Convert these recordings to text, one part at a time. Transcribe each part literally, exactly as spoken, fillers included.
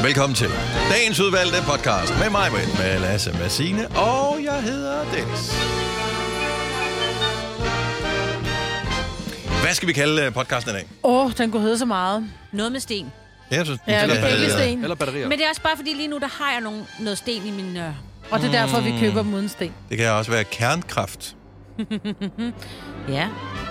Velkommen til dagens udvalgte podcast med mig, med Lasse, med Signe, og jeg hedder Dennis. Hvad skal vi kalde podcasten i dag? Åh, oh, den kunne hedde så meget. Noget med sten. Jeg synes, ja, eller babysten. Eller batterier. Men det er også bare fordi lige nu, der har jeg nogle, noget sten i min... Øh... Og det er derfor, vi køber dem uden sten. Det kan også være kernkraft. Ja.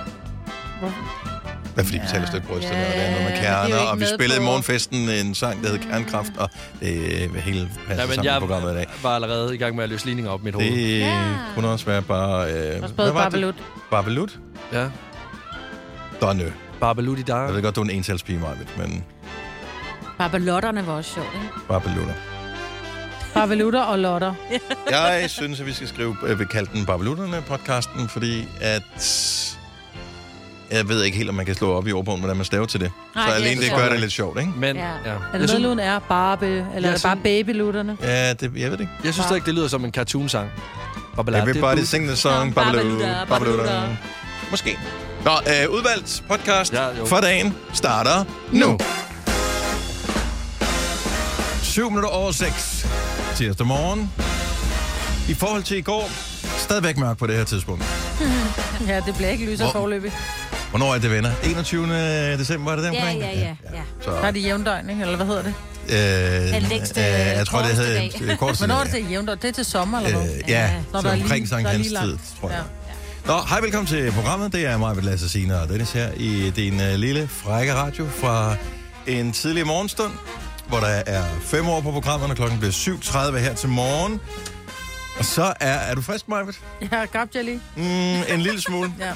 Hvad fordi vi taler stødt bryster, ja, og det er noget med kerner, og vi spillede på i morgenfesten en sang, der hed Kernkraft, og det er hele passet ja, sammen i programmet i dag. Jeg var allerede i gang med at løse ligninger op mit hoved. Det ja. kunne også være bare... Øh, også både Barbelut. Barbelut? Ja. Donne. Barbelut i dag. Jeg ved godt, du er en entalspige, Marvitt, men... Barbelotterne var også sjovt, ikke? Barbelutter. Barbelutter og lotter. Jeg synes, at vi skal skrive, vi kalder den Barbelutterne-podcasten, fordi at... Jeg ved ikke helt, om man kan slå op i ordbogen, hvordan man staver til det. Nej, så alene det, det gør det lidt sjovt, ikke? Men, ja. Ja. Er det noget, lyden er Barbe, eller jeg er det bare babylutterne? Ja, det, jeg ved det ikke. Jeg synes ikke, det lyder som en cartoon-sang. Everybody sing the song, Barbelutter, Barbelutter. Måske. Nå, øh, udvalgt podcast ja, for dagen starter nu. syv minutter over seks. Tirsdag morgen. I forhold til i går, stadigvæk mørkt på det her tidspunkt. Ja, det bliver ikke lysere forløbig. Hvornår er det, venner? enogtyvende december, er det den ja, omkring? Ja, ja, ja. ja. Så. Der er det jævndøgn, ikke? Eller hvad hedder det? Øh, den længste, øh, jeg tror, det hedder korteste. Hvornår er det jævndøgn? Det er til sommer, eller hvad? Øh, ja, når så der omkring lige, Sankt Hans tid, tror jeg. Ja. Nå, hej, velkommen til programmet. Det er mig, Lasse, Signe og Dennis her i din uh, lille, frække radio fra en tidlig morgenstund, hvor der er fem år på programmet, og klokken bliver syv tredive her til morgen. Og så er... Er du frisk, Majbert? Ja, gabte jeg lige. Mm, en lille smule. Ja.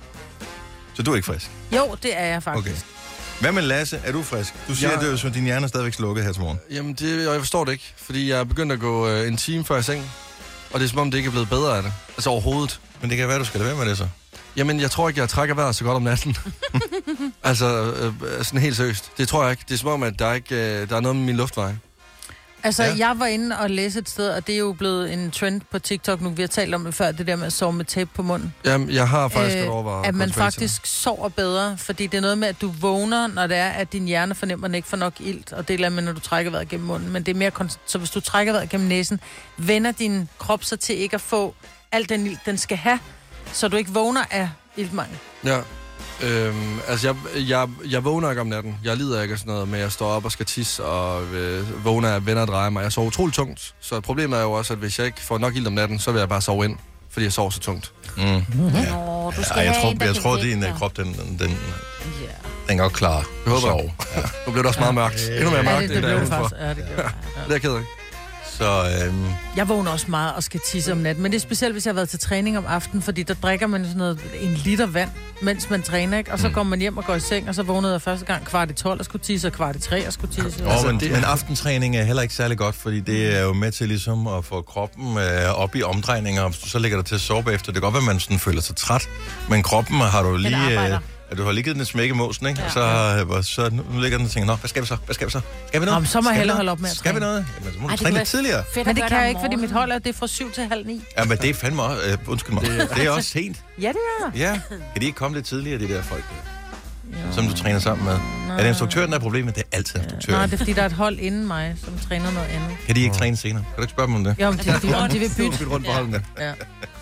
Så du er ikke frisk? Jo, det er jeg faktisk. Okay. Hvad med Lasse? Er du frisk? Du siger, ja. at din hjerne er stadigvæk slukket her til morgen. Jamen, det, jeg forstår det ikke, fordi jeg er begyndt at gå øh, en time før i seng, og det er som om, det ikke er blevet bedre af det. Altså overhovedet. Men det kan være, du skal lade være med det så. Jamen, jeg tror ikke, jeg trækker vejret så godt om natten. altså, øh, sådan helt seriøst. Det tror jeg ikke. Det er som om, at der, ikke, øh, der er noget med min luftvej. Altså, ja. jeg var inde og læse et sted, og det er jo blevet en trend på TikTok nu. Vi har talt om det før, det der med at sove med tape på munden. Jamen, jeg har faktisk øh, overvejet at man faktisk sover bedre, fordi det er noget med, at du vågner, når det er, at din hjerne fornemmer, at den ikke får nok ilt, og det er med, når du trækker vejret gennem munden. Men det er mere kon- så hvis du trækker vejret gennem næsen, vender din krop sig til ikke at få alt den ilt, den skal have, så du ikke vågner af iltmangel. Ja. Øhm, altså, jeg, jeg, jeg vågner ikke om natten. Jeg lider ikke af sådan noget, men jeg står op og skal tisse, og øh, vågner af venner og drejer mig. Jeg sover utroligt tungt, så problemet er jo også, at hvis jeg ikke får nok ild om natten, så vil jeg bare sove ind, fordi jeg sover så tungt. Mm. Ja. Nå, du skal ja, jeg have tror, en, jeg tror at din krop, den, den, den, yeah. den er godt klar. Jeg håber. Sove. Ja. Nu bliver det også meget mørkt. Endnu mere mørkt, ja, det, end det, der er udenfor. Ja, det gør ja. Det er jeg ked af. Så, øhm... Jeg vågner også meget og skal tisse om natten, men det er specielt, hvis jeg har været til træning om aftenen, fordi der drikker man sådan noget, en liter vand, mens man træner, ikke? Og så mm. kommer man hjem og går i seng, og så vågnede jeg første gang kvart i tolv og skulle tisse, og kvart i tre og skulle tisse. Oh, men, men aftentræning er heller ikke særlig godt, fordi det er jo med til ligesom at få kroppen øh, op i omdrejninger, og hvis du så ligger dig til at sove bagefter. Det kan godt være, at man sådan føler sig træt, men kroppen har du lige... at du har ligget den smække måsen, ikke? Ja. Og så, så nu ligger den og tænker, nå, hvad skal vi så? Hvad skal vi så? Skal vi noget? Jamen, så må jeg hellere holde op med at Skal vi noget? Jamen, så må du træne lidt tidligere. Men det kan jeg ikke, fordi mit hold er det fra syv til halv ni. Ja, men det er fandme også, øh, undskyld mig, det, det er også sent. Ja, det er. Ja, kan de ikke komme lidt tidligere, de der folk, der, som du træner sammen med? Nej. Er det instruktøren, der er problemet? Det er altid instruktøren. Nej, det er fordi, der er et hold inden mig, som træner noget andet. Kan de ikke træne senere? Kan du ikke spørge dem om det? Jo, men de, de, de vil bytte. rundt på holdene. Ja.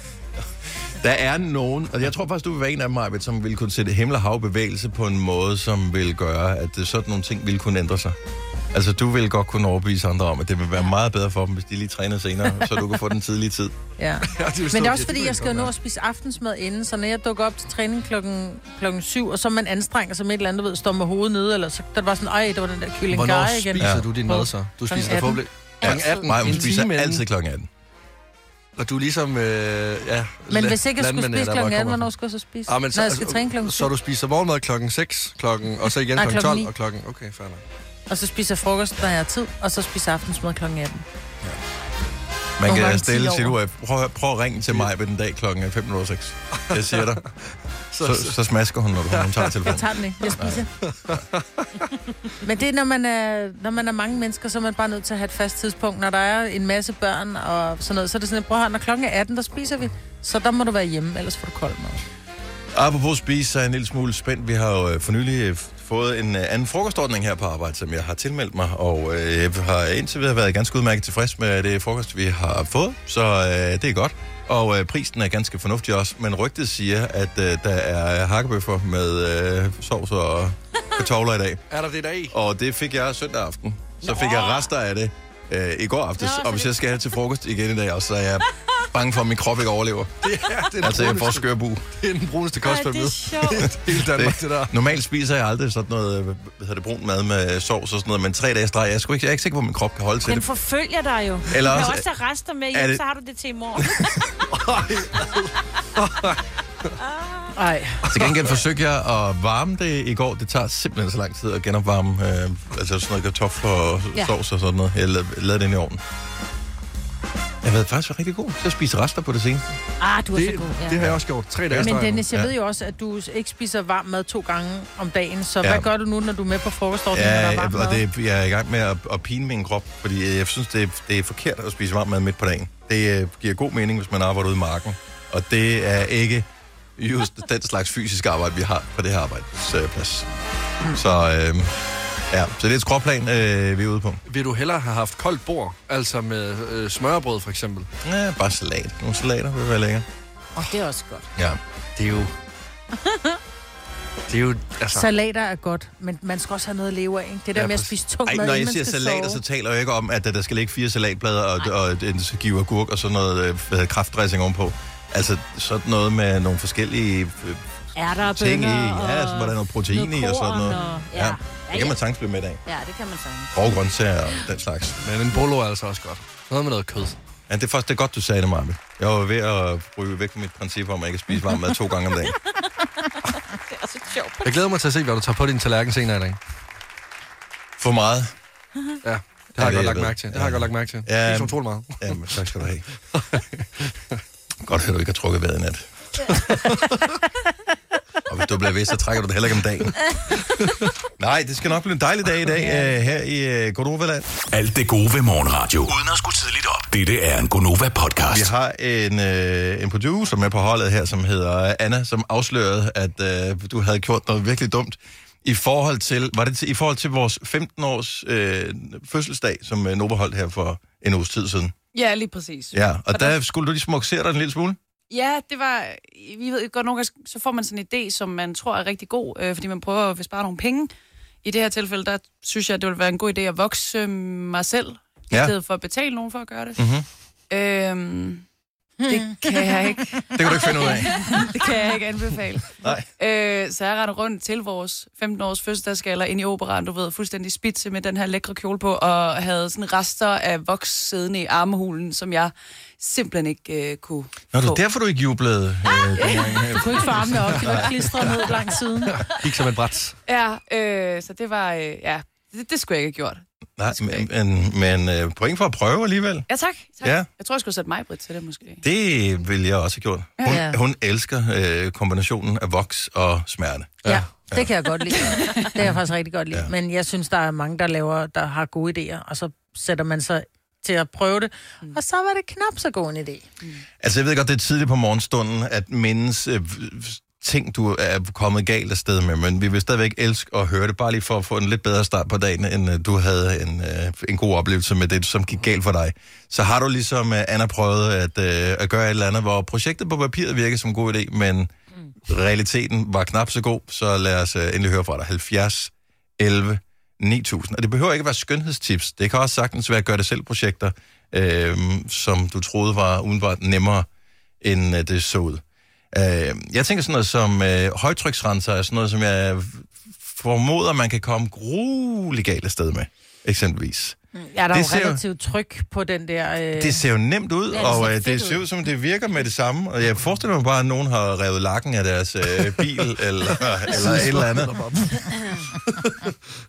Der er nogen, og jeg tror faktisk, du vil være en af dem, Arvid, som vil kunne sætte himmel og hav bevægelse på en måde, som vil gøre, at sådan nogle ting vil kunne ændre sig. Altså, du vil godt kunne overbevise andre om, at det vil være meget bedre for dem, hvis de lige træner senere, så du kan få den tidlige tid. Ja. Men det er også fordi, jeg skal nå at spise aftensmad inden, så når jeg dukker op til træning klokken, klokken syv, og så man anstrenger sig med et eller andet, ved, står med hovedet nede, eller så der var sådan, ej, det var den der kylling igen. Hvornår spiser ja. du din mad så? Du spiser der forhåbentlig klokken atten. Nej, hun spiser altid klokken atten. Og du er ligesom, øh, ja... Men hvis ikke jeg skulle spise klokken atten, hvornår skulle jeg så spise? Ah, men så, Når jeg skal træne klokken Så du spiser morgenmad klokken seks, klokken, og så igen klokken tolv, og klokken... Okay, fair nok. Og så spiser jeg frokost, når jeg har tid, og så spiser aftensmad klokken atten. Ja. Man kan stille sit ur. Prøv, prøv at ringe til mig ved den dag klokken fem minutter seks. Jeg siger dig. Så, så, så smasker hun, når du hun tager telefonen. Jeg tager den ikke. Jeg spiser. Men det er, når man er, når man er mange mennesker, så er man bare nødt til at have et fast tidspunkt. Når der er en masse børn og sådan noget, så er det sådan, prøv at høre, når klokken er atten, der spiser vi. Så der må du være hjemme, ellers får du kold mad. Apropos spise, så er en lille smule spændt. Vi har jo for nylig fået en uh, anden frokostordning her på arbejde, som jeg har tilmeldt mig, og øh, jeg har indtil videre været ganske udmærket tilfreds med det frokost, vi har fået, så øh, det er godt. Og øh, prisen er ganske fornuftig også, men rygtet siger, at øh, der er hakkebøffer med øh, sovs og kartofler i dag. Er der det der i? Og det fik jeg søndag aften. Så fik jeg rester af det øh, i går aftes, og hvis jeg skal have til frokost igen i dag også, så er jeg bange for, at min krop ikke overlever. Det er, det er altså, jeg får skørbu. Det er den bruneste kost, Ej, det er sjovt. Hele Danmark, det der. Normalt spiser jeg aldrig sådan noget, hvad hedder det, brun mad med sovs og sådan noget, men tre dage streg, jeg, ikke, jeg er ikke sikker på, at min krop kan holde til Den det. forfølger dig jo. Eller du kan også- også tage rester med er hjem, det- så har du det til i morgen. Ej. Til gengæld forsøgte jeg at varme det i går. Det tager simpelthen så lang tid at genopvarme, øh, altså sådan noget kartofler og Ja. sovs og sådan noget. Jeg lavede, lavede det ind i ovnen. Jeg har været faktisk været rigtig god til at spise rester på det seneste. Ah, du er Det, så god. Ja. det har jeg også gjort. Tre dage Men streg nu. Dennis, jeg Ja. ved jo også, at du ikke spiser varm mad to gange om dagen, så Ja. hvad gør du nu, når du er med på frokostordningen, når der er Ja, varm og mad? det, jeg er i gang med at, at pine min krop, fordi jeg synes, det er, det er forkert at spise varm mad midt på dagen. Det øh, giver god mening, hvis man arbejder ude i marken. Og det er ikke just den slags fysisk arbejde, vi har på det her arbejdsplads. Så øh, ja, så det er et skråplan, øh, vi er ude på. Vil du hellere have haft koldt bord? Altså med øh, smørbrød, for eksempel? Ja, bare salat. Nogle salater vil være lækker. Og det er også godt. Ja. Det er jo... det er jo... Altså, Salater er godt, men man skal også have noget at leve af, ikke? Det der Ja, med at præcis. spise tung Ej, mad, når inden jeg man siger skal salater, sove. så taler jeg ikke om, at der skal ligge fire salatblade og, og en skive agurk og sådan noget øh, hvad hedder kraftdressing ovenpå. Altså sådan noget med nogle forskellige øh, Ærter og ting i. bønner Ja, og så var der noget protein i og sådan noget. Og, ja. Ja, Ja, det kan man sagtens blive med af. ja, det kan man sagtens. Grove grøntsager og den slags. men en bolo er altså også godt. Noget med noget kød. Ja, det er faktisk det er godt, du sagde det, Marve. Jeg var ved at ryge væk fra mit princip om, at jeg ikke spise varm mad to gange om dagen. Det er så sjovt. Jeg glæder mig til at se, hvad du tager på din tallerken senere i dag. For meget. Ja, det har Ja, jeg det godt jeg lagt ved. mærke til. Det har Ja. jeg godt lagt mærke til. Ja. Det er så utroligt meget. Jamen, tak skal du have. Godt, at du ikke har trukket vejret i nat. Og hvis du bliver ved, så trækker du det heller ikke om dagen. Nej, det skal nok blive en dejlig dag i dag uh, her i uh, Godova-land. Alt det gode ved morgenradio. Uden at skulle tidligt op. Dette er en Gonova-podcast. Vi har en, øh, en producer med på holdet her, som hedder Anna, som afslørede, at øh, du havde gjort noget virkelig dumt i forhold til, var det til, i forhold til vores femten-års øh, fødselsdag, som øh, Nova holdt her for en uges tid siden. Ja, lige præcis. Ja, og Og der der- skulle du lige smuksere dig en lille smule. Ja, det var... Vi ved godt, nogle gange, så får man sådan en idé, som man tror er rigtig god, øh, fordi man prøver at spare nogle penge. I det her tilfælde, der synes jeg, at det ville være en god idé at vokse øh, mig selv, i Ja. stedet for at betale nogen for at gøre det. Mm-hmm. Øhm, det kan jeg ikke. Det kan du ikke finde ud af. Det kan jeg ikke anbefale. Nej. Øh, så jeg retter rundt til vores femten-års fødselsdagsgala ind i operaen, du ved, fuldstændig spidse med den her lækre kjole på, og havde sådan rester af voks siddende i armhulen, som jeg simpelthen ikke øh, kunne Nå, det få. er derfor, du ikke jublede. Øh, dengang. Du kunne ikke få armene op, de var klistret ned langt siden. Gik som et bræt. Ja, øh, så det var, øh, ja, det, det skulle jeg ikke have gjort. Nej, men, men øh, point for at prøve alligevel. Ja, tak. tak. Ja. Jeg tror, jeg skulle sætte mig Britt til det, måske. Det ville jeg også have gjort. Hun, Ja. hun elsker øh, kombinationen af voks og smerte. Ja, det kan jeg godt lide. Det kan jeg faktisk rigtig godt lide. Ja. Men jeg synes, der er mange, der laver, der har gode idéer, og så sætter man sig til at prøve det, og så var det knap så god en idé. Altså, jeg ved godt, det er tidligt på morgenstunden, at mindes øh, ting, du er kommet galt afsted med, men vi vil stadigvæk elske at høre det, bare lige for at få en lidt bedre start på dagen, end øh, du havde en, øh, en god oplevelse med det, som gik galt for dig. Så har du ligesom øh, Anna prøvet at, øh, at gøre et eller andet, hvor projektet på papiret virker som en god idé, men mm. realiteten var knap så god, så lad os øh, endelig høre fra dig. halvfjerds elleve ni tusind. Og det behøver ikke at være skønhedstips. Det kan også sagtens være gør-det-selv-projekter, øh, som du troede var udenbart nemmere, end øh, det så ud. Øh, jeg tænker sådan noget som øh, højtryksrenser, er sådan noget, som jeg formoder, man kan komme grueligt galt afsted med, eksempelvis. Ja, der er Det jo ser jo- relativt tryk på den der... Øh... Det ser jo nemt ud, Ja, det og ser øh, fedt det ud. ser ud som, det virker med det samme. Og jeg forestiller mig bare, at nogen har revet lakken af deres øh, bil, eller, eller et eller andet.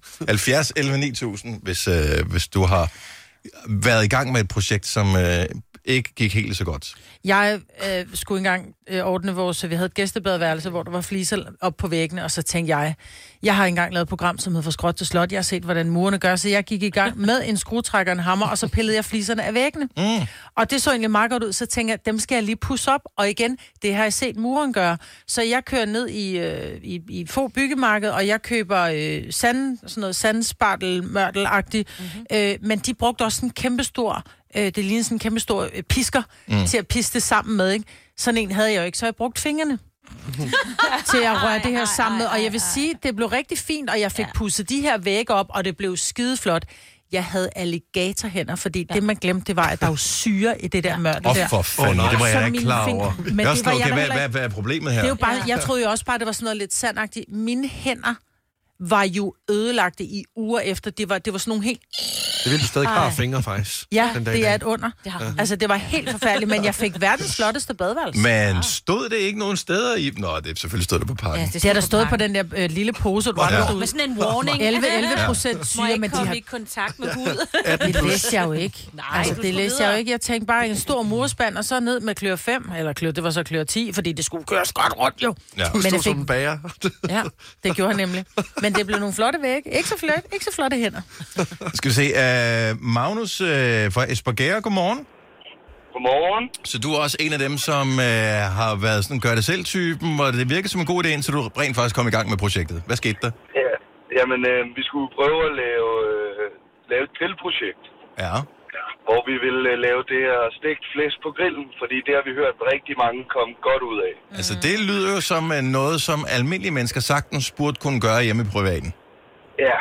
halvfjerds elleve ni tusind, hvis, øh, hvis du har været i gang med et projekt, som øh, ikke gik helt så godt. Jeg øh, skulle engang øh, ordne vores... Vi havde et gæstebadeværelse, hvor der var fliser op på væggene, og så tænkte jeg, jeg har engang lavet et program, som hedder Fra Skråt til Slot. Jeg har set, hvordan murene gør, så jeg gik i gang med en skruetrækker og en hammer, og så pillede jeg fliserne af væggene. Mm. Og det så egentlig meget godt ud, så tænkte jeg, dem skal jeg lige pusse op, og igen, det har jeg set muren gøre. Så jeg kører ned i, øh, i, i Fogh byggemarked, og jeg køber øh, sand, sådan noget sandspartel, mørtelagtigt, mm-hmm. øh, men de brugte også en kæmpestor... Det ligner sådan en kæmpe stor øh, pisker mm. til at pisse det sammen med, ikke? Sådan en havde jeg jo ikke, så jeg brugte fingrene til at røre det her sammen med. Og jeg vil sige, det blev rigtig fint, og jeg fik pusset de her vægge op, og det blev skideflot. Jeg havde alligatorhænder, fordi ja. det, man glemte, det var, at der var syre i det der mørke der. Åh, for fanden, oh, det var jeg ikke klar over. Men jeg det var okay, jeg hvad, heller... hvad, hvad er problemet her? Det er jo bare, jeg troede jo også bare, det var sådan noget lidt sandagtigt. Mine hænder var jo ødelagte i uger efter. Det var, det var sådan nogle helt... Det ville du stadig klare fingre, faktisk. Ja, den dag det er et under. Ja. Altså, det var helt forfærdeligt, men jeg fik verdens flotteste badeværelse. Men stod det ikke nogen steder i... Nå, det selvfølgelig stod det på pakken. Ja, det, det har der stået på den der øh, lille pose, du ja. Med sådan en warning. elleve procent syre, men de men de har... i kontakt med hud. Det læste jeg jo ikke. Nej, altså, det læste jeg jo ikke. Jeg tænkte bare en stor murspand, og så ned med klør fem, eller klør, det var så klør ti, fordi det skulle køres godt rundt, jo. Ja. Men jeg fik... som en bager. Ja, det gjorde han nemlig. Men det blev nogle flotte vægge. Ikke så flotte, ikke så flotte hænder. Skal vi se, uh, Magnus uh, fra Esbjerg, godmorgen. Godmorgen. Så du er også en af dem, som uh, har været sådan gør-det-selv-typen, hvor det virker som en god idé, indtil du rent faktisk kom i gang med projektet. Hvad skete der? Ja, jamen, øh, vi skulle prøve at lave, øh, lave et grillprojekt. Ja. Hvor vi ville øh, lave det her stegt flæsk på grillen, fordi det har vi hørt rigtig mange komme godt ud af. Mm. Altså, det lyder jo som uh, noget, som almindelige mennesker sagtens burde kunne gøre hjemme i privaten. Ja.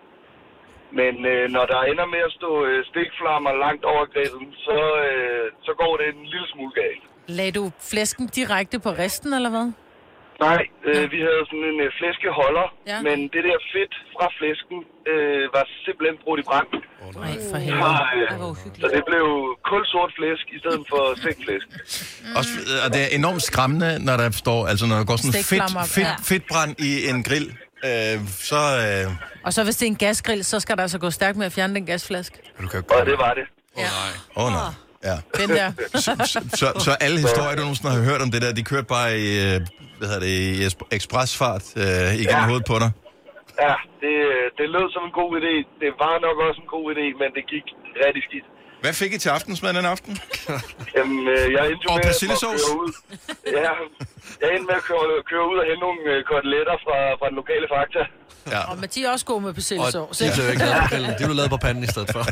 Men øh, når der ender med at stå øh, stikflammer langt over grillen, så, øh, så går det en lille smule galt. Lagde du flæsken direkte på resten, eller hvad? Nej, øh, ja. vi havde sådan en øh, flæskeholder, ja. men det der fedt fra flæsken øh, var simpelthen brudt i brand. Oh, nej, for helvede. Så, øh, så det blev kulsort flæsk i stedet for stegflæsk. Mm. Også, og det er enormt skræmmende, når der står, altså når der går sådan fedt, fedt, fedtbrand i en grill. Øh, så, øh... Og så hvis det er en gasgrill, så skal der altså gå stærkt med at fjerne den gasflaske. Du kan og det var det. Åh oh, nej. Åh oh, nej. Ja. Den der. så, så, så, så alle historier, du nogensinde har hørt om det der, de kørte bare i, hvad hedder det, i ekspresfart øh, igennem ja. hovedet på dig? Ja, det, det lød som en god idé. Det var nok også en god idé, men det gik rigtig skidt. Hvad fik I til aftensmad den aften? Jamen, jeg endte og med persillesauce? at køre ud. Ja, jeg endte med at køre, køre ud og hente nogle koteletter fra, fra den lokale Fakta. Ja. Og men de er også gode med persillesauce. Og de blev ikke lavet på grillen. De blev lavet på panden i stedet for.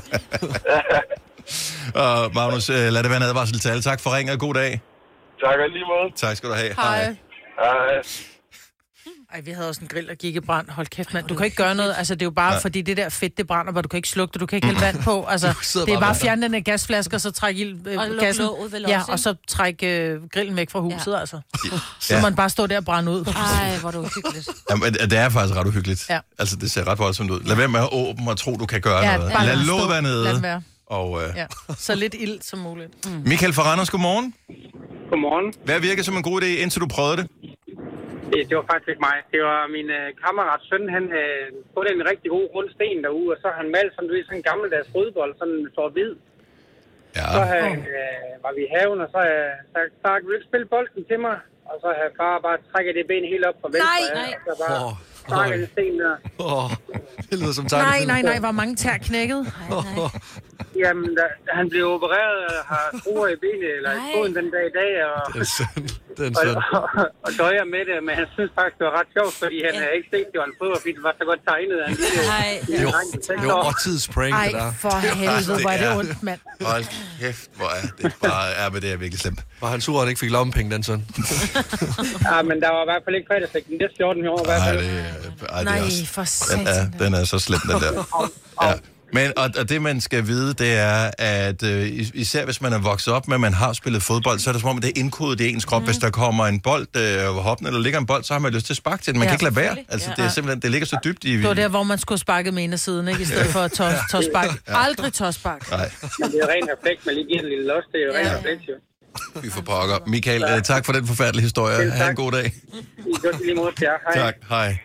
Og Magnus, lad det være en advarsel til alle. Tak for ringet, og god dag. Tak og lige måde. Tak skal du have. Hej. Hej. Ej, vi havde også en grill, der gik i brand. Hold kæft, mand. Du kan ikke gøre noget. Altså, det er jo bare, ja. fordi det der fedt, det brænder, hvor du kan ikke slukke det, du kan ikke hælde vand på. Altså, det er bare at fjerne den af gasflasker, så træk ild, øh, og gassen. Ja, og så træk øh, grillen væk fra huset, ja. altså. Så ja. man bare stå der og brænde ud. Ej, hvor er det uhyggeligt. Jamen, det er faktisk ret uhyggeligt. Ja. Altså, det ser ret voldsomt ud. Lad være med at åbne og tro, du kan gøre ja, noget. Lad låget være nede. Lad være. Og, øh... ja. Så lidt ild som muligt. Mm. Michael fra Randers, godmorgen. Godmorgen. Hvad virker som en god idé, indtil du prøvede det? Det var faktisk ikke mig. Det var min uh, kammerats søn. Han havde fået en rigtig god rund sten derude, og så har han malet sådan, du ved, sådan en gammeldags rødbold, sådan sort-hvid. Ja. Så uh, var vi i haven, og så har jeg sagt, far, vil du ikke spille bolden til mig? Og så har far bare trækket det ben helt op fra venstre. Nej, nej. Og så bare oh. trækket den sten der. Åh, oh. det lyder som tegn. Nej, nej, nej, hvor mange tær knækket. Nej, nej. Jamen, da, han blev opereret og har skruer i benet, eller i foden den dag i dag, og, det er synd. Det er og, og, og, og døjer med det, men han synes faktisk, det var ret sjovt, fordi han ja. havde ikke set, det var en fodbold, fordi det var så godt tegnet. Han, det, Nej. Det er jo, det er jo årtids prank, Ej, det der. for helvede, hvor er det ondt, mand. Hold kæft, hvor er det bare, ja, men det er virkelig slemt. Var han sur, at han ikke fik lommepenge, den søn? Ja, men der var i hvert fald ikke fredagslæg. Den næste fjorten år i hvert fald. Nej, for satan. Den er, den er så slem, den der. Ja. Men, og, og det, man skal vide, det er, at øh, især hvis man er vokset op med, at man har spillet fodbold, så er det som om, at det er indkodet i ens krop. Mm. Hvis der kommer en bold øh, hoppen, eller ligger en bold, så har man lyst til at sparke til den. Man ja, kan ikke lade være. Altså, ja. det er simpelthen, det ligger så dybt i... Det var der, hvor man skulle sparke med en af siden, ikke? I stedet for at tåspark. Ja. Aldrig tåspark. Nej. Men det er rent refleks, man lige giver en lille los, det er jo rent refleks, jo. Vi får pokker. Michael, ja. tak for den forfærdelige historie. Ha' en god dag. I godt lige mod til jer. Hej. Tak, hej.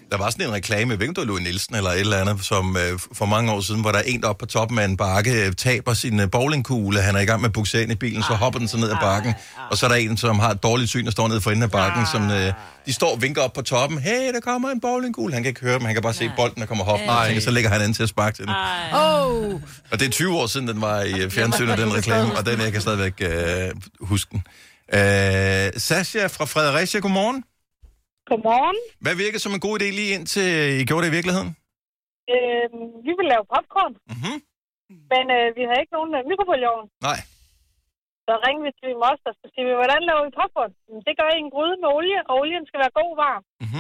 Der var sådan en reklame, jeg ved ikke, om det var Louis Nielsen eller et eller andet, som øh, for mange år siden, hvor der er en oppe på toppen af en bakke, taber sin øh, bowlingkugle, han er i gang med at bukse ind i bilen, så hopper den så ned ad bakken, og så er der en, som har et dårligt syn og står nede for enden af bakken, som øh, de står og vinker op på toppen, hey, der kommer en bowlingkugle, han kan ikke høre dem, han kan bare se bolden, der kommer hoppen, og så lægger han an til at sparke til den. Oh. Og det er tyve år siden, den var i øh, fjernsynet, den reklame, og den jeg kan stadigvæk øh, huske den. Øh, Sasha fra Fredericia, godmorgen. Godmorgen. Hvad virker som en god idé lige indtil I gjorde det i virkeligheden? Øh, vi vil lave popcorn, Mhm. men øh, vi har ikke nogen øh, mikrobølgeovn. Nej. Så ringede vi til min moster, så siger vi, hvordan laver vi popcorn? Men det gør I en gryde med olie, og olien skal være god varm. Mhm.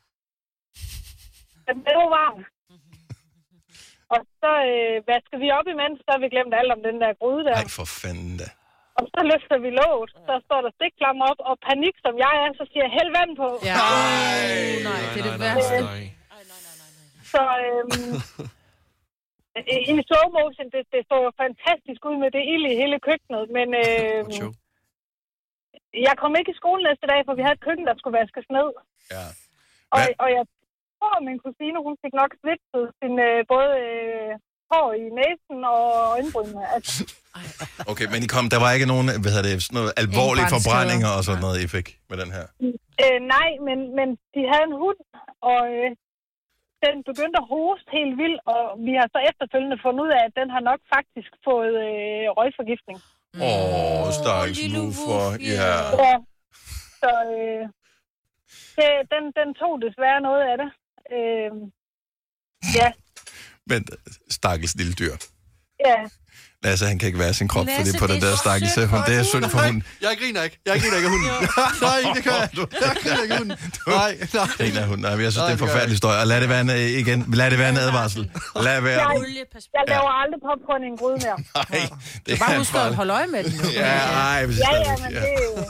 Den er god varm. Og så øh, vasker vi op imens, så har vi glemt alt om den der gryde der. Nej, for fanden da. Og så løfter vi låget, så står der stikflammer op, og panik som jeg er, så siger jeg, hæld vand på. Ja. Nej, nej, det er det værste. Så øhm, i slow motion, det, det så jo fantastisk ud med det ild i hele køkkenet, men øhm, jeg kom ikke i skole næste dag, for vi havde et køkken, der skulle vaskes ned. Ja. Og, og jeg tror, min kusine, hun fik nok svigtet sin øh, både øh, hår i næsen og øjenbrynene. Altså, Okay, men I kom, der var ikke nogen, hvad hedder det, sådan noget alvorlige Ingen forbrændinger og sådan noget, I fik med den her? øh, nej, men, men de havde en hund, og øh, den begyndte at hoste helt vildt, og vi har så efterfølgende fundet ud af, at den har nok faktisk fået øh, røgforgiftning. Åh, oh, stakkels Woofer. Ja. Ja. Så øh, det, den, den tog desværre noget af det. Øh, ja, Men stakkels lille dyr. ja. Lasse, han kan ikke være sin krop, Lasse, fordi på det den er der så stakkels synd hund. for Det er hunden. synd for hunden. Jeg griner ikke. Jeg griner ikke af hunden. Nej, det gør jeg. Jeg griner ikke af hunden. Nej, nej. Griner af hunden. Nej, jeg synes, Nej, det er en det gør forfærdelig historie. Og lad det være en, øh, igen. Lad det være en advarsel. Lad være. Jeg, Olie, pas på. jeg laver aldrig popcorn i en gryde mere. Nej, det Bare er husk at holde øje med den. Jo. Ja, ej, hvis Ja, jeg ja, stadigvæk-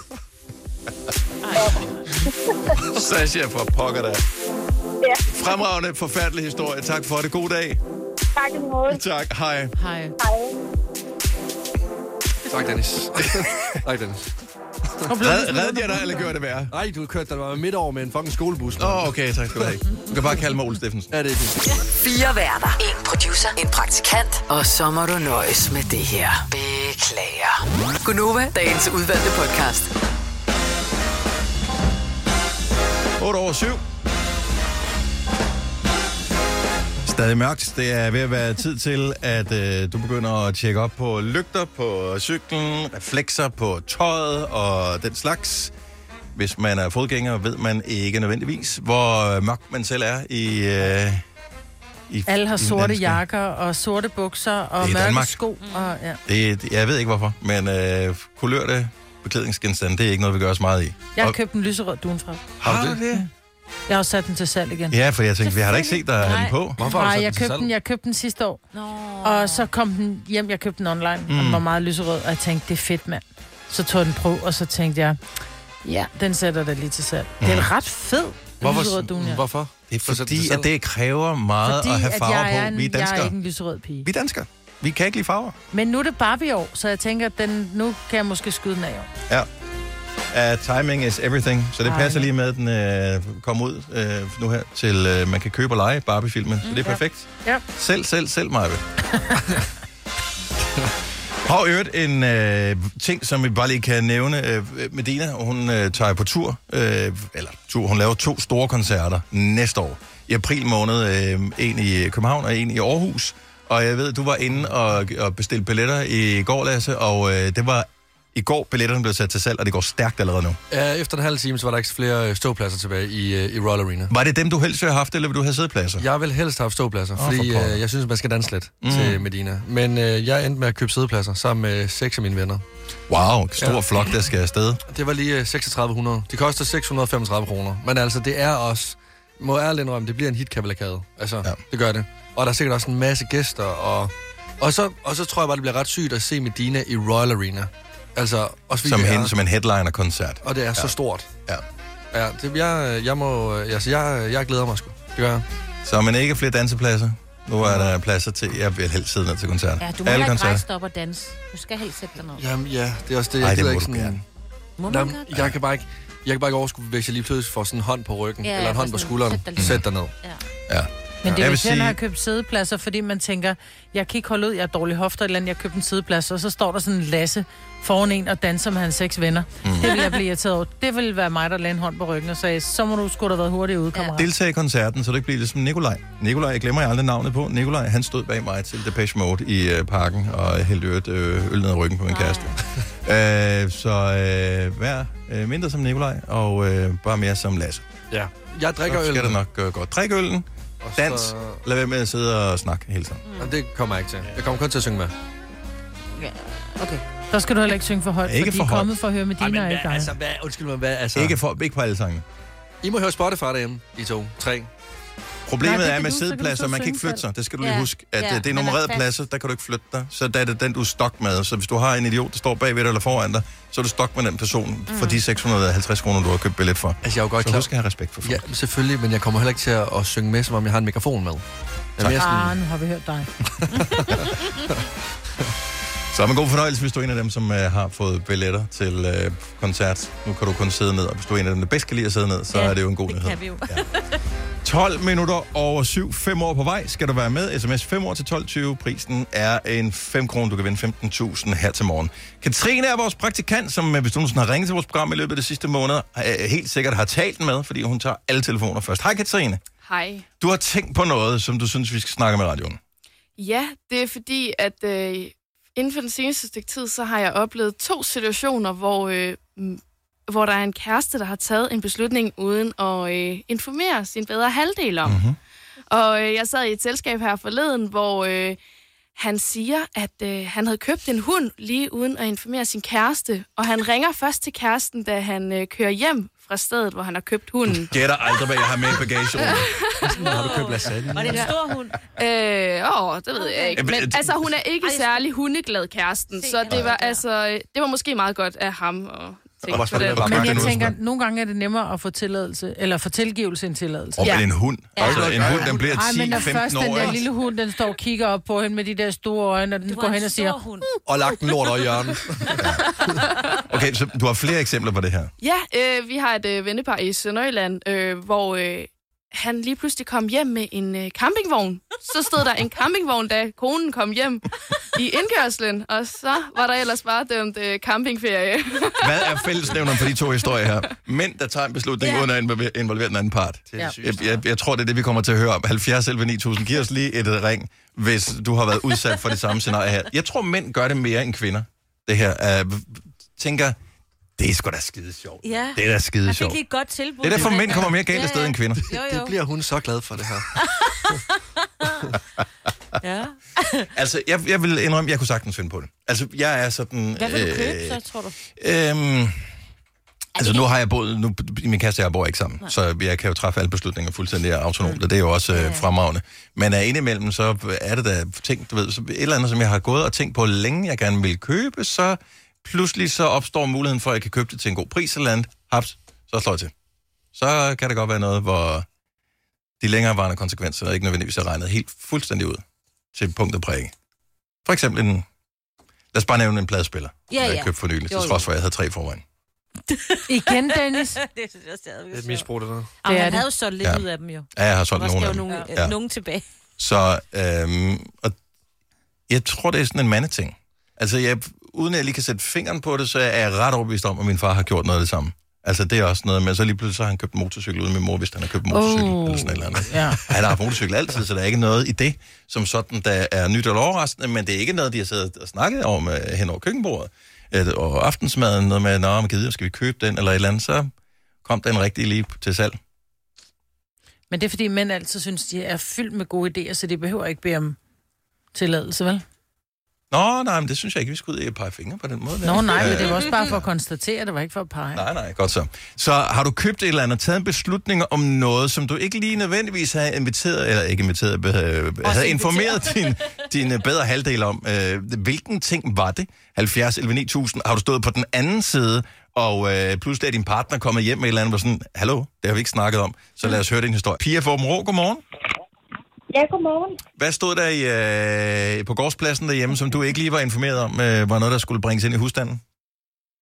men det... Sasha fra pokker der. Ja, Fremragende, forfærdelig historie. Tak for det. God dag. tak i måde. Tak. Hej. Hej. Hej. Tak, Dennis. Tak, Dennis. Red, red jeg dig, eller gjorde det værre? Nej, du kørte der var midt over med en fucking skolebus. Åh, oh, okay, tak skal du have. Du kan bare kalde mig Ole Steffensen. Ja, det er fint. Fire værter. En producer. En praktikant. Og så må du nøjes med det her. Beklager. Gunova, dagens udvalgte podcast. otte over syv. Stadig mørkt. Det er ved at være tid til, at øh, du begynder at tjekke op på lygter på cyklen, reflekser på tøjet og den slags. Hvis man er fodgænger, ved man ikke nødvendigvis, hvor mørk man selv er i... Øh, i Alle har i den sorte danske- jakker og sorte bukser og Det er mørke Danmark. sko. Og, ja. Det, det- jeg ved ikke hvorfor, men øh, kulørte beklædningsgenstande, det er ikke noget, vi gør os meget i. Jeg har Og- købt en lyserød dun fra. Har du det? Jeg har også sat den til salg igen. Ja, for jeg tænkte, vi har da ikke set dig have den på. Hvorfor har du Nej, sat jeg den til købte salg? den, jeg købte den sidste år. Nå. Og så kom den hjem, jeg købte den online, mm. og den var meget lyserød, og jeg tænkte, det er fedt, mand. Så tog jeg den på, og så tænkte jeg, ja, den sætter der lige til salg. Det er en ret fed lyserød dun, ja. Hvorfor? Det er For at sætte fordi, til salg? at det kræver meget Fordi at have at farver jeg er på. en, Vi er jeg er danskere. ikke en lyserød pige. Vi er danskere. Vi kan ikke lide farver. Men nu er det Barbie-år, så jeg tænker, at den, nu kan jeg måske skyde den af år. Ja. Uh, timing is everything. Så det Ej, passer ja. lige med, at den uh, kommer ud uh, nu her til, uh, man kan købe og lege Barbie-filmen. Så det er perfekt. Ja. Selv, selv, selv, Maja. Har i øvrigt en øh, ting, som vi bare lige kan nævne. Øh, Medina, hun øh, tager på tur, øh, eller tur, hun laver to store koncerter næste år. I april måned, øh, en i København og en i Aarhus. Og jeg ved, du var inde og, og bestilte billetter i går, Lasse, og øh, det var i går, billetterne blev sat til salg, og det går stærkt allerede nu. Ja, efter en halv time, så var der ikke flere ståpladser tilbage i, øh, i Royal Arena. Var det dem, du helst ville have haft, eller vil du have sædepladser? Jeg vil helst have ståpladser, Åh, fordi for pokker. øh, jeg synes, man skal danse lidt Mm. mm. til Medina. Men øh, jeg endte med at købe sædepladser sammen med seks af mine venner. Wow, stor Ja. flok, der skal afsted. Det var lige øh, seksogtredive hundrede. Det koster seks hundrede og femogtredive kroner. Men altså, det er også... Må ærligt indrømme, det bliver en hitkavalkade. Altså, Ja. ja. det gør det. Og der er sikkert også en masse gæster, og... Og så, og så tror jeg bare, det bliver ret sygt at se Medina i Royal Arena. Altså, også fordi Som, det er, hen, som en headliner-koncert. og det er ja. Ja. så stort. Ja. Ja, det, jeg, jeg må... Altså, jeg, jeg glæder mig sgu. Det gør jeg. Så man ikke flere dansepladser. Nu er der pladser til, jeg vil helst sidde ned til koncerten. Ja, du må Alle heller ikke koncerter. rejse dig op og danse. Du skal helt sætte dig ned. Jamen, ja, det er også det, Ej, jeg det gider må ikke du sådan... gerne. Må man Jamen, godt? jeg kan bare ikke... Jeg kan bare ikke overskue, hvis jeg lige pludselig får sådan en hånd på ryggen, Ja, eller en hånd på sådan, skulderen. sæt dig lige. Sæt dig ned. Ja. Ja. Men det Jeg er vil jo sige... sige- at have købt sædepladser, fordi man tænker, jeg kan ikke holde ud, jeg er dårlig hofter eller andet, jeg har købt en sædeplads, og så står der sådan en Lasse foran en og danser med hans seks venner. Mm. Det vil jeg blive irriteret over. Det vil være mig, der lagde en hånd på ryggen og sagde, så må du sgu da have været hurtigt ude, kammerat. Deltag i koncerten, så du ikke bliver ligesom Nikolaj. Nikolaj, jeg glemmer jeg aldrig navnet på. Nikolaj, han stod bag mig til Depeche Mode i øh, parken, og hældte øvrigt øh, øl ned ad ryggen på min kæreste. øh, så øh, vær øh, mindre som Nikolaj, og øh, bare mere som Lasse. Ja. Jeg drikker Så øl. skal det nok øh, godt. Drik øllen, Og dans, så- lad være med at sidde og snakke hele tiden. Og det kommer jeg ikke til. Jeg kommer kun til at synge med. Ja. Okay. Der skal du heller ikke synge for højt, Ikke for de for er højt. kommet for at høre med dine og ikke dig. altså, hvad, undskyld mig, hvad, altså... Ikke, for, ikke på alle sange. I må høre Spotify derhjemme, I to, tre. Problemet Nej, det er kan med du, så kan du sædepladser, så man kan ikke synge flytte sig. Det skal du Ja. lige huske, at Ja, ja, det er man er nummererede fast. pladser, der kan du ikke flytte dig. Så der er det den, du er stok med. Så hvis du har en idiot, der står bagved dig eller foran dig, så er du stok med den person mm. for de seks hundrede og halvtreds kroner, du har købt billet for. Altså, jeg er jo godt Så klar. husk at have respekt for folk. Ja, selvfølgelig, men jeg kommer heller ikke til at, at synge med, som om jeg har en mikrofon med. Jeg er mere sådan, Ah, nu har vi hørt dig. Så er man god fornøjelse, hvis du er en af dem, som uh, har fået billetter til uh, koncert. Nu kan du kun sidde ned, og hvis du er en af dem, der bedst kan lide at sidde ned, så Ja, er det jo en god det nyhed. kan vi jo. Ja. tolv minutter over syv, fem år på vej. Skal du være med? Sms fem år til tolv tyve. Prisen er en fem kroner. Du kan vinde femten tusind her til morgen. Katrine er vores praktikant, som hvis du nogensinde har ringet til vores program i løbet af de sidste måneder, helt sikkert har talt med, fordi hun tager alle telefoner først. Hej Katrine. Hej. Du har tænkt på noget, som du synes, vi skal snakke med radioen. Ja, det er fordi, at øh, inden for den seneste stykke tid, så har jeg oplevet to situationer, hvor, øh, m- hvor der er en kæreste, der har taget en beslutning uden at øh, informere sin bedre halvdel om. Mm-hmm. Og øh, jeg sad i et selskab her forleden, hvor øh, han siger, at øh, han havde købt en hund lige uden at informere sin kæreste. Og han ringer først til kæresten, da han øh, kører hjem fra stedet, hvor han har købt hunden. Gætter aldrig, hvad jeg har med i bagagerummet. har du købt lasagne? Var det en stor hund? Øh, åh, det ved jeg ikke. Okay. Men altså, hun er ikke Ej, særlig hundeglad, kæresten. Se, Så han det er var der. altså, det var måske meget godt af ham at tænke Og på det. bare Men købt jeg en tænker, hund. nogle gange er det nemmere at få tilladelse, eller få tilgivelse end tilladelse. Og Ja. ja. en hund. Ja. Altså, en hund, den bliver Ej, men når ti først femten den år. der ikke? lille hund, den står og kigger op på hende med de der store øjne, og den Du går var hen en og siger, stor hund. Og lagt en lort over i hjørnet. Okay, så du har flere eksempler på det her. Ja, øh, vi har et øh, vennepar i Sønderjylland, øh, hvor øh, han lige pludselig kom hjem med en øh, campingvogn. Så stod der en campingvogn, da konen kom hjem i indkørslen, og så var der ellers bare dømt øh, campingferie. Hvad er fællesnævneren for de to historier her? Mænd, der tager en beslutning Ja. uden at involver- involvere den anden part. Det er Ja. det Jeg, sygeste. jeg, jeg tror, det er det, vi kommer til at høre om. halvfjerds elleve ni tusind. Giv os lige et ring, hvis du har været udsat for det samme scenarie her. Jeg tror, mænd gør det mere end kvinder. Det her. Uh, tænker, det er sgu da skide sjovt. Ja. Det er da skide Jeg sjovt. fik et godt tilbud. Det er derfor, mænd kommer mere galt Ja, af sted ja. end kvinder. Jo, jo. Det bliver hun så glad for, det her. Ja. Altså, jeg, jeg vil indrømme, jeg kunne sagtens finde på det. Altså, jeg er sådan... Hvad vil du købe, så, tror du? Øhm, altså, nu har jeg boet... Nu, min kæreste og jeg bor ikke sammen, Nej. så jeg kan jo træffe alle beslutninger fuldstændig autonomt, mm. og det er jo også øh, fremragende. Men uh, indimellem, så er det da ting, du ved, så et eller andet, som jeg har gået og tænkt på længe, jeg gerne vil købe, så pludselig så opstår muligheden for, at jeg kan købe det til en god pris eller andet. Haps, så slår jeg til. Så kan det godt være noget, hvor de længerevarende konsekvenser ikke nødvendigvis er regnet helt fuldstændig ud til punkt og prikke. For eksempel en... Lad os bare nævne en pladespiller, Ja, som jeg ja. købte for nylig, til Jo, jo. trods for, at jeg havde tre forvejen. igen Dennis, Det synes jeg stadig. Det er et misbrug, det der. Og Det er han det. havde jo solgt lidt Ja. ud af dem jo. Ja, jeg har Der solgt var nogle af jo dem. nogle, Ja. ja. nogen tilbage. Så øhm, og jeg tror, det er sådan en mandeting. Altså, jeg, uden at jeg lige kan sætte fingeren på det, så er jeg ret overbevist om, at min far har gjort noget af det samme. Altså, det er også noget med, så lige pludselig så har han købt en motorcykel uden min mor, hvis han har købt en motorcykel, Oh. eller sådan et eller andet. Ja. Han har haft motorcykel altid, så der er ikke noget i det, som sådan, der er nyt eller overraskende, men det er ikke noget, de har siddet og snakket om øh, hen over køkkenbordet. Øh, og aftensmaden, noget med, nå, men gider, skal vi købe den, eller et eller andet, så kom den rigtig lige til salg. men det er fordi mænd altid synes, de er fyldt med gode idéer, så de behøver ikke bede om tilladelse, vel? Nå, nej, men det synes jeg ikke, vi skulle ud i et par fingre på den måde. Nå nej, men Øh, det var også bare for at konstatere, det var ikke for at pege. Nej, nej, godt så. Så har du købt et eller andet, taget en beslutning om noget, som du ikke lige nødvendigvis havde inviteret, eller ikke inviteret, øh, havde informeret din, din bedre halvdel om. Øh, hvilken ting var det? halvfjerds elleve ni tusind. Har du stået på den anden side, og øh, pludselig er din partner kommet hjem med et eller andet, og sådan, hallo, det har vi ikke snakket om, så lad os høre din historie. Pia Forbenrå, godmorgen. Ja, godmorgen. Hvad stod der i, øh, på gårdspladsen derhjemme, som du ikke lige var informeret om, øh, var noget, der skulle bringes ind i husstanden?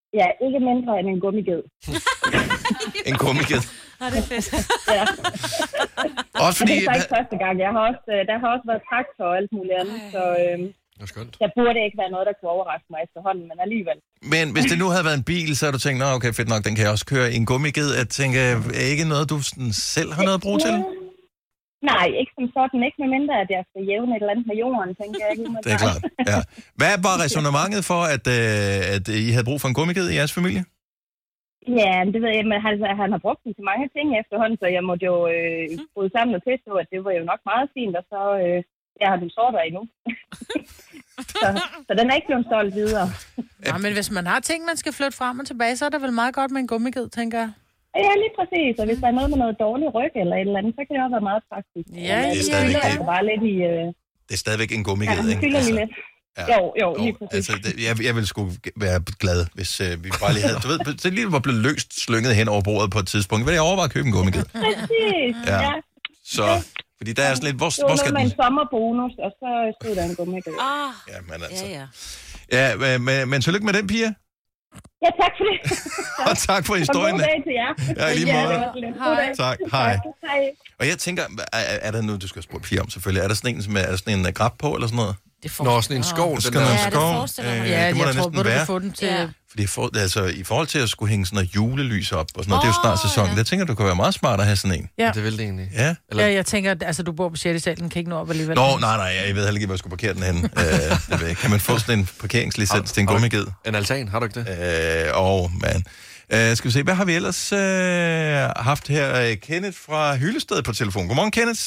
Ja, ikke mindre end en gummiged. En gummiged. Nå, det er fedt. Ja. Også fordi... Og det er så ikke første gang. Jeg har også, der har også været traktor og alt muligt andet, så øh, der burde ikke være noget, der kunne overraske mig efterhånden, men alligevel. Men hvis det nu havde været en bil, så havde du tænkt, nå okay, fedt nok, den kan jeg også køre i en gummiged. Jeg tænker, er ikke noget, du selv har noget at bruge til? Nej, ikke som sådan. Ikke med mindre, at jeg skal jævne et eller andet med jorden, tænker jeg. Ikke det er klart, ja. Hvad var ræsonnementet for, at, øh, at I havde brug for en gummiged i jeres familie? Ja, det ved jeg, men altså, han har brugt den til mange ting efterhånden, så jeg måtte jo øh, bryde sammen og tilstå, at det var jo nok meget fint, og så øh, jeg har den sorter endnu. så, så den er ikke blevet solgt videre. Ja, men hvis man har ting, man skal flytte frem og tilbage, så er det vel meget godt med en gummiged, tænker jeg. Ja, lige præcis. Og hvis der er noget med noget dårlig ryg eller et eller andet, så kan det også være meget praktisk. Ja, det er stadigvæk, det, altså bare lidt i, øh... det er stadigvæk en gummiged, ja, ikke? Altså, lidt. Ja. Jo, jo, lige præcis. Altså, det, jeg, jeg ville sgu være glad, hvis øh, vi bare lige havde... Du ved, det lige var blevet løst slynget hen over bordet på et tidspunkt. Vil jeg overveje at købe en gummiged? Præcis, ja. ja. Så, fordi der er sådan lidt... Hvor, det var hvor skal noget med den... en sommerbonus, og så stod der en gummiged. Ah, ja, men altså... Ja, ja. Ja, men, men, men tillykke med den, Pia. Ja, tak for det. Og tak for historien. Og god dag til jer. Ja, i lige måde. Ja, hej. Tak, hej. Hej. Og jeg tænker, er, er der nu, du skal spørge Pia om selvfølgelig, er der sådan en, som er, er der sådan en grab på, eller sådan noget? Det får... Nå, sådan en skov. Den der. Ja, skov. det forestiller mig. Øh, Ja, det må jeg der tror, næsten du være. kan få den til... Ja. Fordi for, altså, i forhold til at skulle hænge sådan noget julelys op, og sådan noget, oh, det er jo snart sæson. Ja. Jeg tænker, du kan være meget smart at have sådan en. Ja. Det vil det egentlig. Ja. Eller... Ja, jeg tænker, altså du bor på sjette sal, den kan ikke nå op alligevel. Nå, nej, nej, jeg ved heller ikke, hvor jeg skulle parkere den henne. uh, det kan man få sådan en parkeringslicens til en gummiged? En altan, har du ikke det? Åh, uh, oh, man. Uh, skal vi se, hvad har vi ellers uh, haft her? Uh, Kenneth fra Hyllested på telefon. Godmorgen, Kenneth.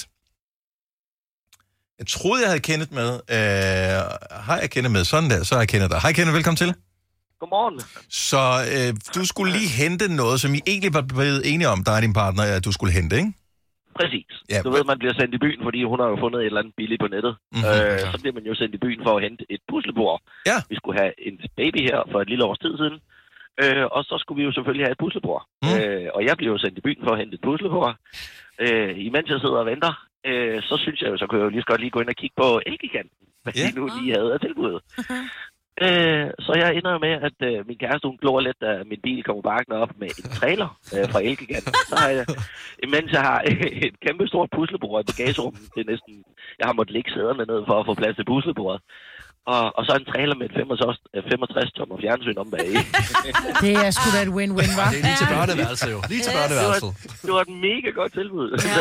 Jeg troede, jeg havde Kenneth med. Uh, har jeg Kenneth med? Sådan der, så er jeg Kenneth der. Hej Kenneth, velkommen til. Godmorgen. Så uh, du skulle lige hente noget, som I egentlig var blevet enige om, der er din partner, at du skulle hente, ikke? Præcis. Ja, du ved, man bliver sendt i byen, fordi hun har jo fundet et eller andet billigt på nettet. Mm-hmm. Øh, så bliver man jo sendt i byen for at hente et puslebord. Ja. Vi skulle have en baby her for et lille års tid siden. Øh, og så skulle vi jo selvfølgelig have et puslebord. Mm. Øh, og jeg bliver jo sendt i byen for at hente et puslebord. Øh, imens jeg sidder og venter, øh, så synes jeg jo, så kunne jeg jo lige så godt lige gå ind og kigge på Elgiganten, hvad yeah. de nu lige havde af tilbuddet. øh, så jeg ender med, at øh, min kæreste, hun glor lidt, da min bil kommer bakkende op med en trailer øh, fra Elgiganten. Så har jeg, imens jeg har et kæmpe stort puslebord i bagagerummet, det er næsten, jeg har måttet ligge sæderne ned for at få plads til puslebordet. Og, og så en trailer med et femogtres tommer fjernsyn om bag i. Det er sgu da et win-win, hva'? Det er lige til børneværelset jo. Lige til børneværelset. Det var, det var et mega godt tilbud. Ja.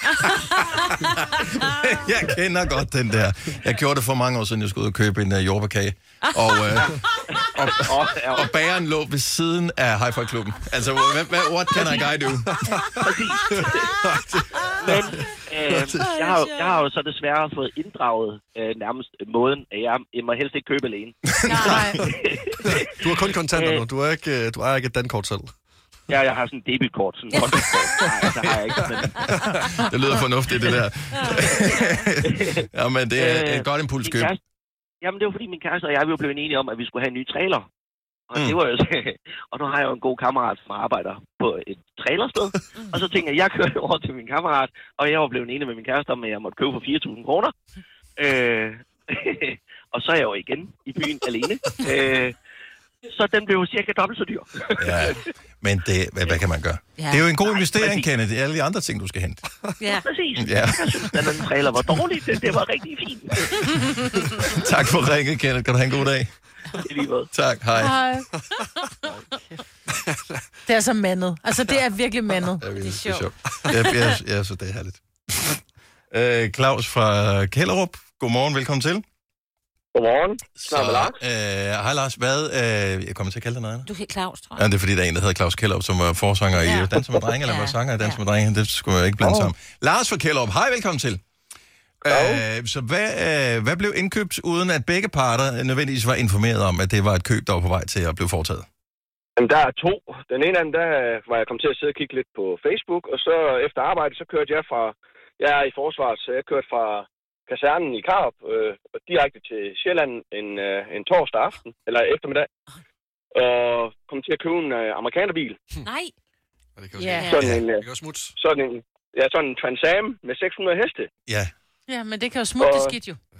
Jeg kender godt den der. Jeg gjorde det for mange år siden, jeg skulle ud og købe en uh, jordbærkage. Og, øh, og, og, og bageren lå ved siden af Hi-Fi-klubben. Altså, what, what can I guy do? Men øh, jeg, har, jeg har jo så desværre fået inddraget øh, nærmest måden, at jeg, jeg må helst ikke købe alene. Nej. Du har kun kontanter nu. Du er ikke, du er ikke et dankort selv. Ja, jeg har sådan et debitkort, sådan et kontokort. Nej, det har jeg ikke. Men... Det lyder fornuftigt, det der. Ja, men det er et godt impulskøb. Kæreste, jamen, det var fordi min kæreste og jeg, vi var blevet enige om, at vi skulle have en ny trailer. Og, mm. det var jo, og nu har jeg jo en god kammerat, som arbejder på et trailersted. Og så tænkte jeg, jeg kører over til min kammerat, og jeg var blevet enig med min kæreste om, at jeg måtte købe for fire tusind kroner. Øh, og så er jeg jo igen i byen alene. Øh, så den blev jo cirka dobbelt så dyr. Ja, men det, hvad, hvad kan man gøre? Ja. Det er jo en god investering, Nej, Kenneth. Det er alle de andre ting, du skal hente. Ja, præcis. Ja. Jeg synes, at den trailer var dårlig. Det, det var rigtig fint. Tak for ringet, Kenneth. Kan du have en god dag? I lige måde. Tak, hej. Hej. Det er så mandet. Altså, det er virkelig mandet. Ja, det er sjovt. sjovt. Ja, ja, ja, så det er herligt. Øh, Claus fra Kælderup. Godmorgen, velkommen til. Godmorgen. Så, øh, hej Lars, hvad? Øh, jeg kommer til at kalde dig noget andet. Du kan Claus, tror jeg. Ja, det er fordi, der er en, der hedder Claus Kælderup, som var forsanger ja. i Danser med Drenge, eller var sanger i Danser med Drenge. Det skulle jeg ikke blande oh. sammen. Lars fra Kælderup, hej, velkommen til. Øh, så hvad, øh, hvad blev indkøbt, uden at begge parter nødvendigvis var informeret om, at det var et køb, der var på vej til at blive foretaget? Jamen, der er to. Den ene af dem, der var jeg kommet til at sidde og kigge lidt på Facebook, og så efter arbejde, så kørte jeg fra, jeg er i forsvaret, så jeg kørte fra kasernen i Karup øh, direkte til Sjælland en, øh, en torsdag aften, eller eftermiddag, og kom til at købe en øh, amerikanerbil. Nej. Det kan ja. Sådan en, øh, det kan smuts. Sådan en, ja, sådan en Trans Am med seks hundrede heste. Ja. Ja, men det kan jo smutte det skidt jo. Ja,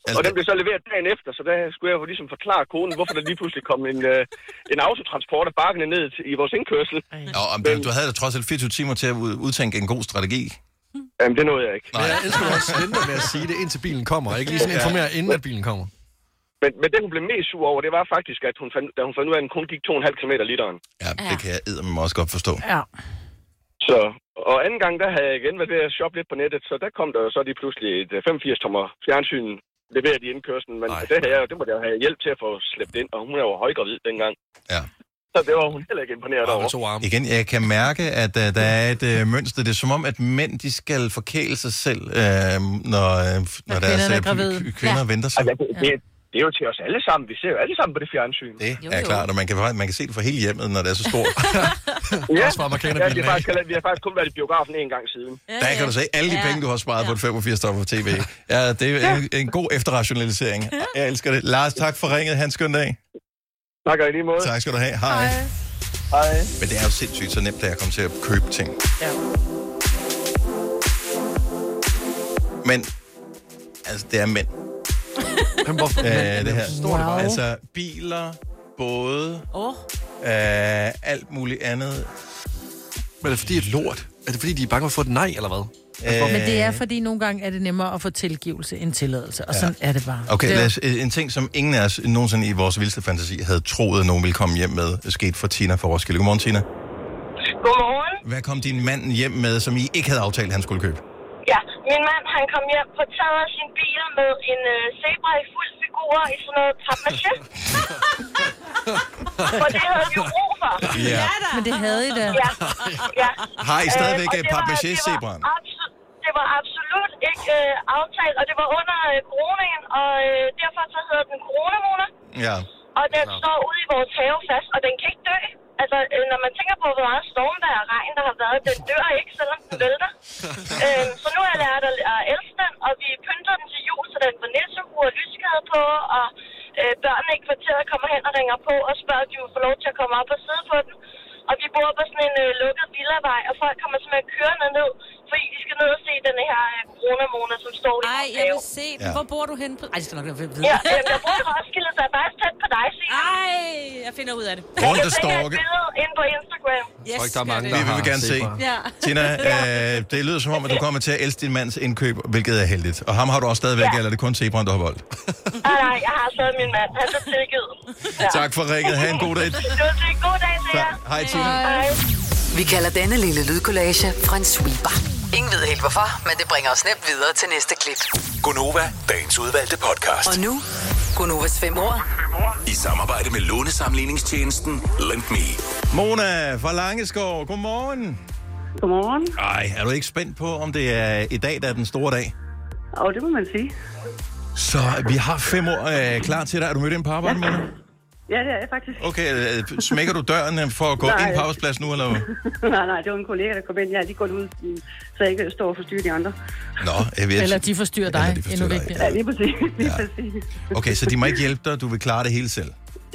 Altså, og den blev så leveret dagen efter, så der skulle jeg jo ligesom forklare konen, hvorfor der lige pludselig kom en, øh, en autotransport af bakkene ned til, i vores indkørsel. Ja, og men, du havde da trods alt fireogtyve timer til at udtænke en god strategi. Jamen, det nåede jeg ikke. Nej, jeg elsker også at vente med at sige det, indtil bilen kommer. Ikke lige sådan informere, inden at bilen kommer. Men, men det, hun blev mest sur over, det var faktisk, at hun fandt, da hun fandt ud af, at den kun gik to komma fem kilometer literen. Ja, det kan jeg eddermame også godt forstå. Ja. Så, og anden gang, der havde jeg igen været ved at shoppe lidt på nettet, så der kom der så lige pludselig et femogfirs tommer fjernsyn leveret i indkørslen, men det, her, det måtte jeg have hjælp til at få slæbt ind, og hun er jo højgravid dengang. Ja. Så det var hun heller ikke imponeret over. Igen, jeg kan mærke, at uh, der er et uh, mønster. Det er som om, at mænd, de skal forkæle sig selv, uh, når, uh, når deres uh, kvinder ja. venter sig. Altså, det, det, det er jo til os alle sammen. Vi ser jo alle sammen på det fjernsyn. Det jo, er jo. klart, og man kan, man kan se det for hele hjemmet, når det er så stort. ja, ja vi, har faktisk, vi har faktisk kun været i biografen en gang siden. Ja, der kan du se alle de ja. penge, du har sparet ja. på et femogfirs tommer på tv. Ja, det er en, en god efterrationalisering. Jeg elsker det. Lars, tak for ringet. Han skøn dag. Tak og i lige måde. Tak skal du have. Hej. Hej. Hej. Men det er jo sindssygt så nemt, at jeg kommer til at købe ting. Ja. Men, altså, det er mænd. Hvorfor? Æh, det her. Wow. Altså, biler, både, oh. øh, alt muligt andet. Men er det fordi, et lort? Er det fordi, de er bange for at få et nej, eller hvad? Øh... Men det er fordi, nogle gange er det nemmere at få tilgivelse end tilladelse, og ja. sådan er det bare. Okay, det lad os, en ting, som ingen af os nogensinde i vores vildeste fantasi havde troet, at nogen ville komme hjem med, skete for Tina fra Roskilde. Godmorgen, Tina. Godmorgen. Hvad kom din mand hjem med, som I ikke havde aftalt, han skulle købe? Ja, min mand, han kom hjem på taget af sin bil med en øh, zebra i fuld figur i sådan noget papmaché. For det havde vi jo brug for. Ja. Men det havde I da. Ja, ja. Har I stadigvæk øh, papmaché-zebraen? Det var absolut ikke øh, aftalt, og det var under øh, coronaen, og øh, derfor så hedder den coronamona. Ja. Og den står ude i vores have fast, og den kan ikke dø. Altså, øh, når man tænker på, hvor meget stormvejr og regn, der har været, den dør ikke, selvom den vælter. øh, så nu har jeg lært at, at elske den, og vi pynter den til jul, så den får nissehue og lyskade på, og øh, børnene i kvarteret kommer hen og ringer på og spørger, at de vil få lov til at komme op og sidde på den. Og vi bor på sådan en øh, lukket villavej, og folk kommer simpelthen kørende ned, fordi de skal ned og se den her øh, coronamona, som står i Ej, jeg vil se den. Ja. Hvor bor du henne? På... Ej, det skal nok være vide. Ja, øh, jeg bor i Roskilde, så jeg er faktisk tæt på dig, Signe. Ej, jeg finder ud af det. Rundt jeg står et billede ind på Instagram. Yes, Folk, der er mange, vi vil gerne se. Ja. Tina, øh, det lyder som om, at du kommer til at elske din mands indkøb, hvilket er heldigt. Og ham har du også stadigvæk, ja. eller er det kun zebraen, du har voldt? Nej, nej, jeg har stadig min mand. Han er tilgivet. Ja. Tak for ringet. Ha' en god dag. Det var en god dag til jer. Hej, Tina. Hej. Vi kalder denne lille lydkollage Frans sweeper. Ingen ved helt hvorfor, men det bringer os nemt videre til næste klip. Gonova, dagens udvalgte podcast. Og nu, Gonovas fem år. I samarbejde med lånesamligningstjenesten Lend Me. Mona fra Langeskov, godmorgen. Godmorgen. Ej, er du ikke spændt på, om det er i dag, der er den store dag? Åh, oh, det må man sige. Så vi har fem år øh, klar til dig. Er du mødt ind på arbejde, ja. Mona? Ja, det er jeg faktisk. Okay, øh, smækker du døren for at gå nej. ind på arbejdsplads nu, eller hvad? nej, nej, det var en kollega, der kom ind. Ja, de går ud, så jeg ikke står og forstyrrer de andre. Nå, jeg ved. Eller de forstyrrer dig, de forstyrrer endnu vigtigere. Ja, lige præcis. Lige ja. præcis. Okay, så de må ikke hjælpe dig, du vil klare det hele selv?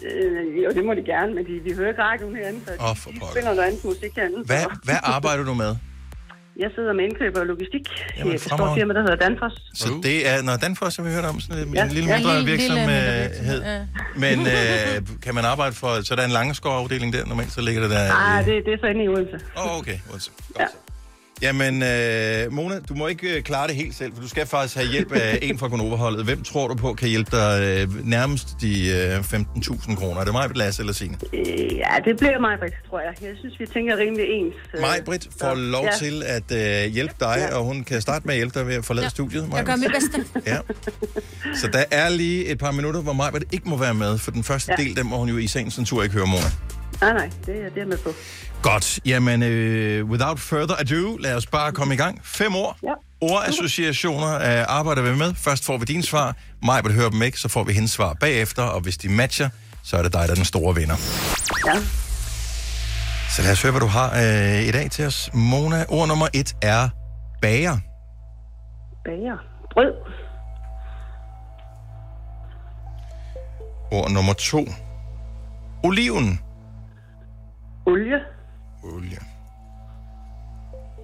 Øh, jo, det må de gerne, men de, de hører ikke radioen herinde, så oh, de, de spiller noget andet musik herinde. Hvad, hvad arbejder du med? Jeg sidder med indkøb og logistik Jamen, i et stort firma, der hedder Danfoss. Så det er, når Danfoss, har vi hørt om, sådan en, ja. en lille ja, mindre lille, virksomhed. Ja. Men øh, kan man arbejde for, så der er en Langeskov-afdeling der, normalt så ligger det der? Nej, det, det er så inde i Odense. Åh, oh, okay, Odense. Godt. Ja. Jamen, øh, Mona, du må ikke øh, klare det helt selv, for du skal faktisk have hjælp af en fra Gonova-holdet. Hvem tror du på kan hjælpe dig øh, nærmest de øh, femten tusind kroner? Er det mig, Lasse eller Signe? Øh, ja, det bliver mig, Britt, tror jeg. Jeg synes, vi tænker rimelig ens. Øh, mig, Britt, får så, lov ja. til at øh, hjælpe dig, ja. og hun kan starte med at hjælpe dig ved at forlade ja. studiet. Jeg gør mit bedste. Ja. Så der er lige et par minutter, hvor mig ikke må være med, for den første ja. del, den må hun jo i sagens natur ikke høre, Mona. Nej, nej, det er jeg med på. Godt. Jamen, uh, without further ado, lad os bare komme i gang. Fem ord. Ja. Ordassociationer uh, arbejder vi med. Først får vi din svar. Maj vil høre dem ikke, så får vi hendes svar bagefter. Og hvis de matcher, så er det dig, der er den store vinder. Ja. Så lad os høre, hvad du har uh, i dag til os. Mona, ord nummer et er bager. Bager. Brød. Ord nummer to. Oliven. Olie. Olie.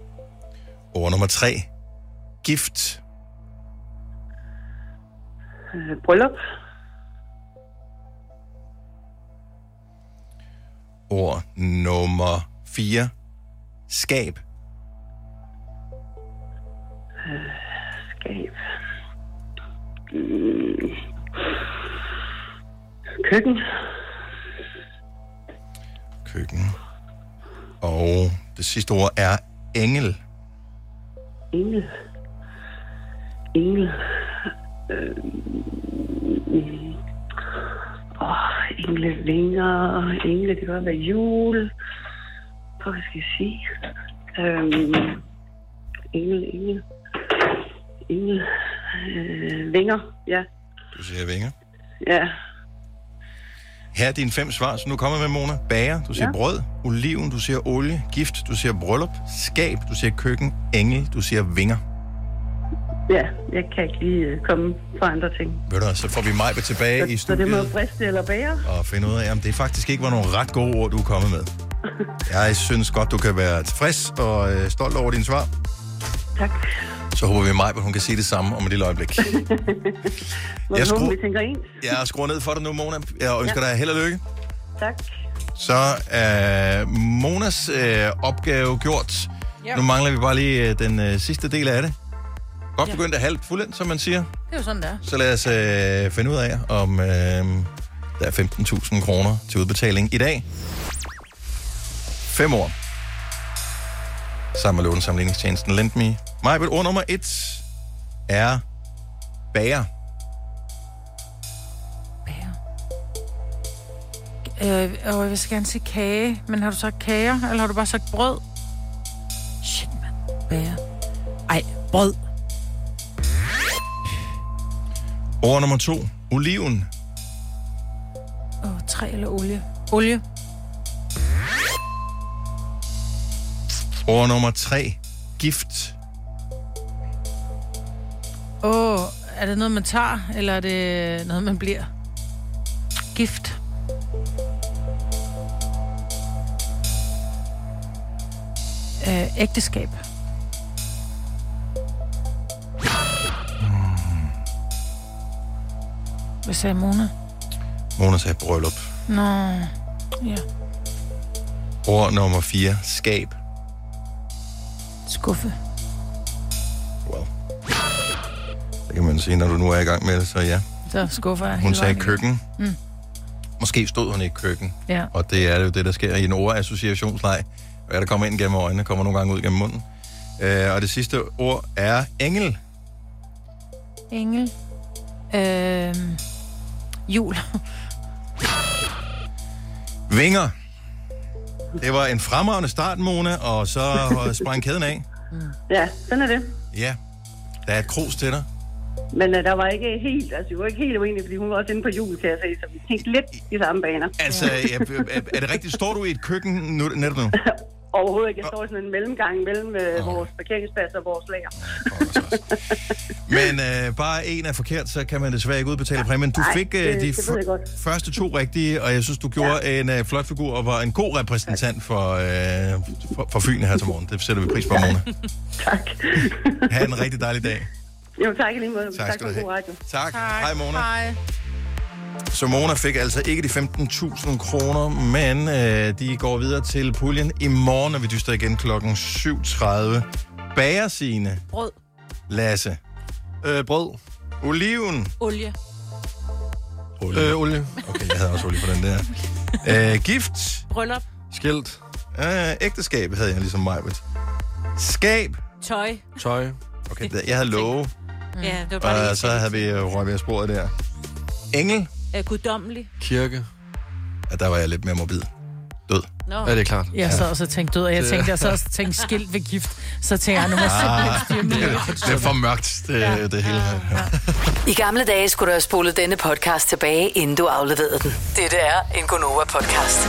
Ord nummer tre. Gift. Øh, bryllup. Ord nummer fire. Skab. Øh, skab. Mm. Køkken. Køkken. Og det sidste ord er engel. Engel. Engel. Øh. Åh, oh, englevinger. Engle, det kan godt være jul. Hvad skal jeg sige? Øhm, engel, engel. Engel. Øh, vinger, ja. Du siger vinger. Ja. Her er dine fem svar, så nu kommer med, Mona. Bager, du siger ja. Brød. Oliven, du siger olie. Gift, du siger bryllup. Skab, du siger køkken. Engel, du siger vinger. Ja, jeg kan ikke lige komme fra andre ting. Ved du, så får vi Majbe tilbage så, i studiet. Så det må briste eller bære. Og finde ud af, om det faktisk ikke var nogle ret gode ord, du er kommet med. Jeg synes godt, du kan være tilfreds og øh, stolt over dine svar. Tak. Så håber vi, Majbe, hun kan sige det samme om et lille øjeblik. Må jeg skru... vi tænker ens. Jeg skruer ned for dig nu, Mona. Jeg ønsker ja. dig held og lykke. Tak. Så er Monas øh, opgave gjort. Ja. Nu mangler vi bare lige øh, den øh, sidste del af det. Godt ja. begyndt af halvt fuldendt, som man siger. Det er jo sådan, der. Så lad os øh, finde ud af, om øh, der er femten tusind kroner til udbetaling i dag. Fem år. Sammen med lånesamligningstjenesten LendMe. Majbet, ord nummer et er bager. Bager. Øh, og jeg vil så gerne sige kage, men har du sagt kager, eller har du bare sagt brød? Shit, mand. Bager. Ej, brød. Ord nummer to. Oliven. Åh, oh, træ eller olie? Olie. Ord nummer tre. Gift. Åh, oh, er det noget, man tager, eller er det noget, man bliver? Gift. Øh, ægteskab. Hvad sagde Mona? Mona sagde bryllup. Nå, ja. Ord nummer fire. Skab. Skuffe. Well. Det kan man sige, når du nu er i gang med det, så ja. Så skuffer jeg. Hun sagde køkken. Mm. Måske stod hun i køkken. Ja. Og det er jo det, der sker i en ordassociationsleg. Hvad der kommer ind gennem øjnene, kommer nogle gange ud gennem munden. Øh, og det sidste ord er engel. Engel. Øh, jul. Vinger. Det var en fremragende start, Mona, og så sprang kæden af. Ja, sådan er det. Ja, der er et krus til dig. Men uh, der var ikke helt, altså vi var ikke helt uenige, fordi hun var også inde på jul, kan jeg sige, så vi tænkte lidt i samme baner. Altså, er, er det rigtigt? Står du i et køkken nu, netop nu? Overhovedet ikke. Jeg står i sådan en mellemgang mellem uh, oh. vores parkeringsplads og vores lager. Men uh, bare en er forkert, så kan man desværre ikke udbetale præmien. Du Nej, fik uh, det, de det f- første to rigtige, og jeg synes, du gjorde ja. en uh, flot figur og var en god repræsentant for, uh, for, for Fyn her til morgen. Det sætter vi pris på, Mona. Tak. Ha' en rigtig dejlig dag. Jo, tak i lige måde. Tak, tak for god radio. Tak. tak. Hej, Mona. Hej. Så Mona fik altså ikke de femten tusind kroner, men øh, de går videre til puljen i morgen, når vi dyster igen klokken syv tredive. Bager Signe. Brød. Lasse. Øh, brød. Oliven. Olie. Olie. Øh, olie. Okay, jeg havde også olie på den der. øh, gift. Bryllup. Skilt. Øh, ægteskab havde jeg ligesom mig. Skab. Tøj. Tøj. Okay, jeg havde love. Mm. Ja, det var bare og det, så havde vi røget ved sporet der. Engel. Uh, guddommelig. Kirke. Ja, der var jeg lidt mere morbid. Død. No. Ja, det er klart. Jeg så også tænkte død, og jeg tænkte, jeg så også tænkte skilt ved gift. Så tænkte jeg, nu må jeg simpelthen styre med det. Det er for mørkt, det, ja. det hele her. Ja. I gamle dage skulle du have spolet denne podcast tilbage, inden du afleverede den. Dette er en Gonova-podcast.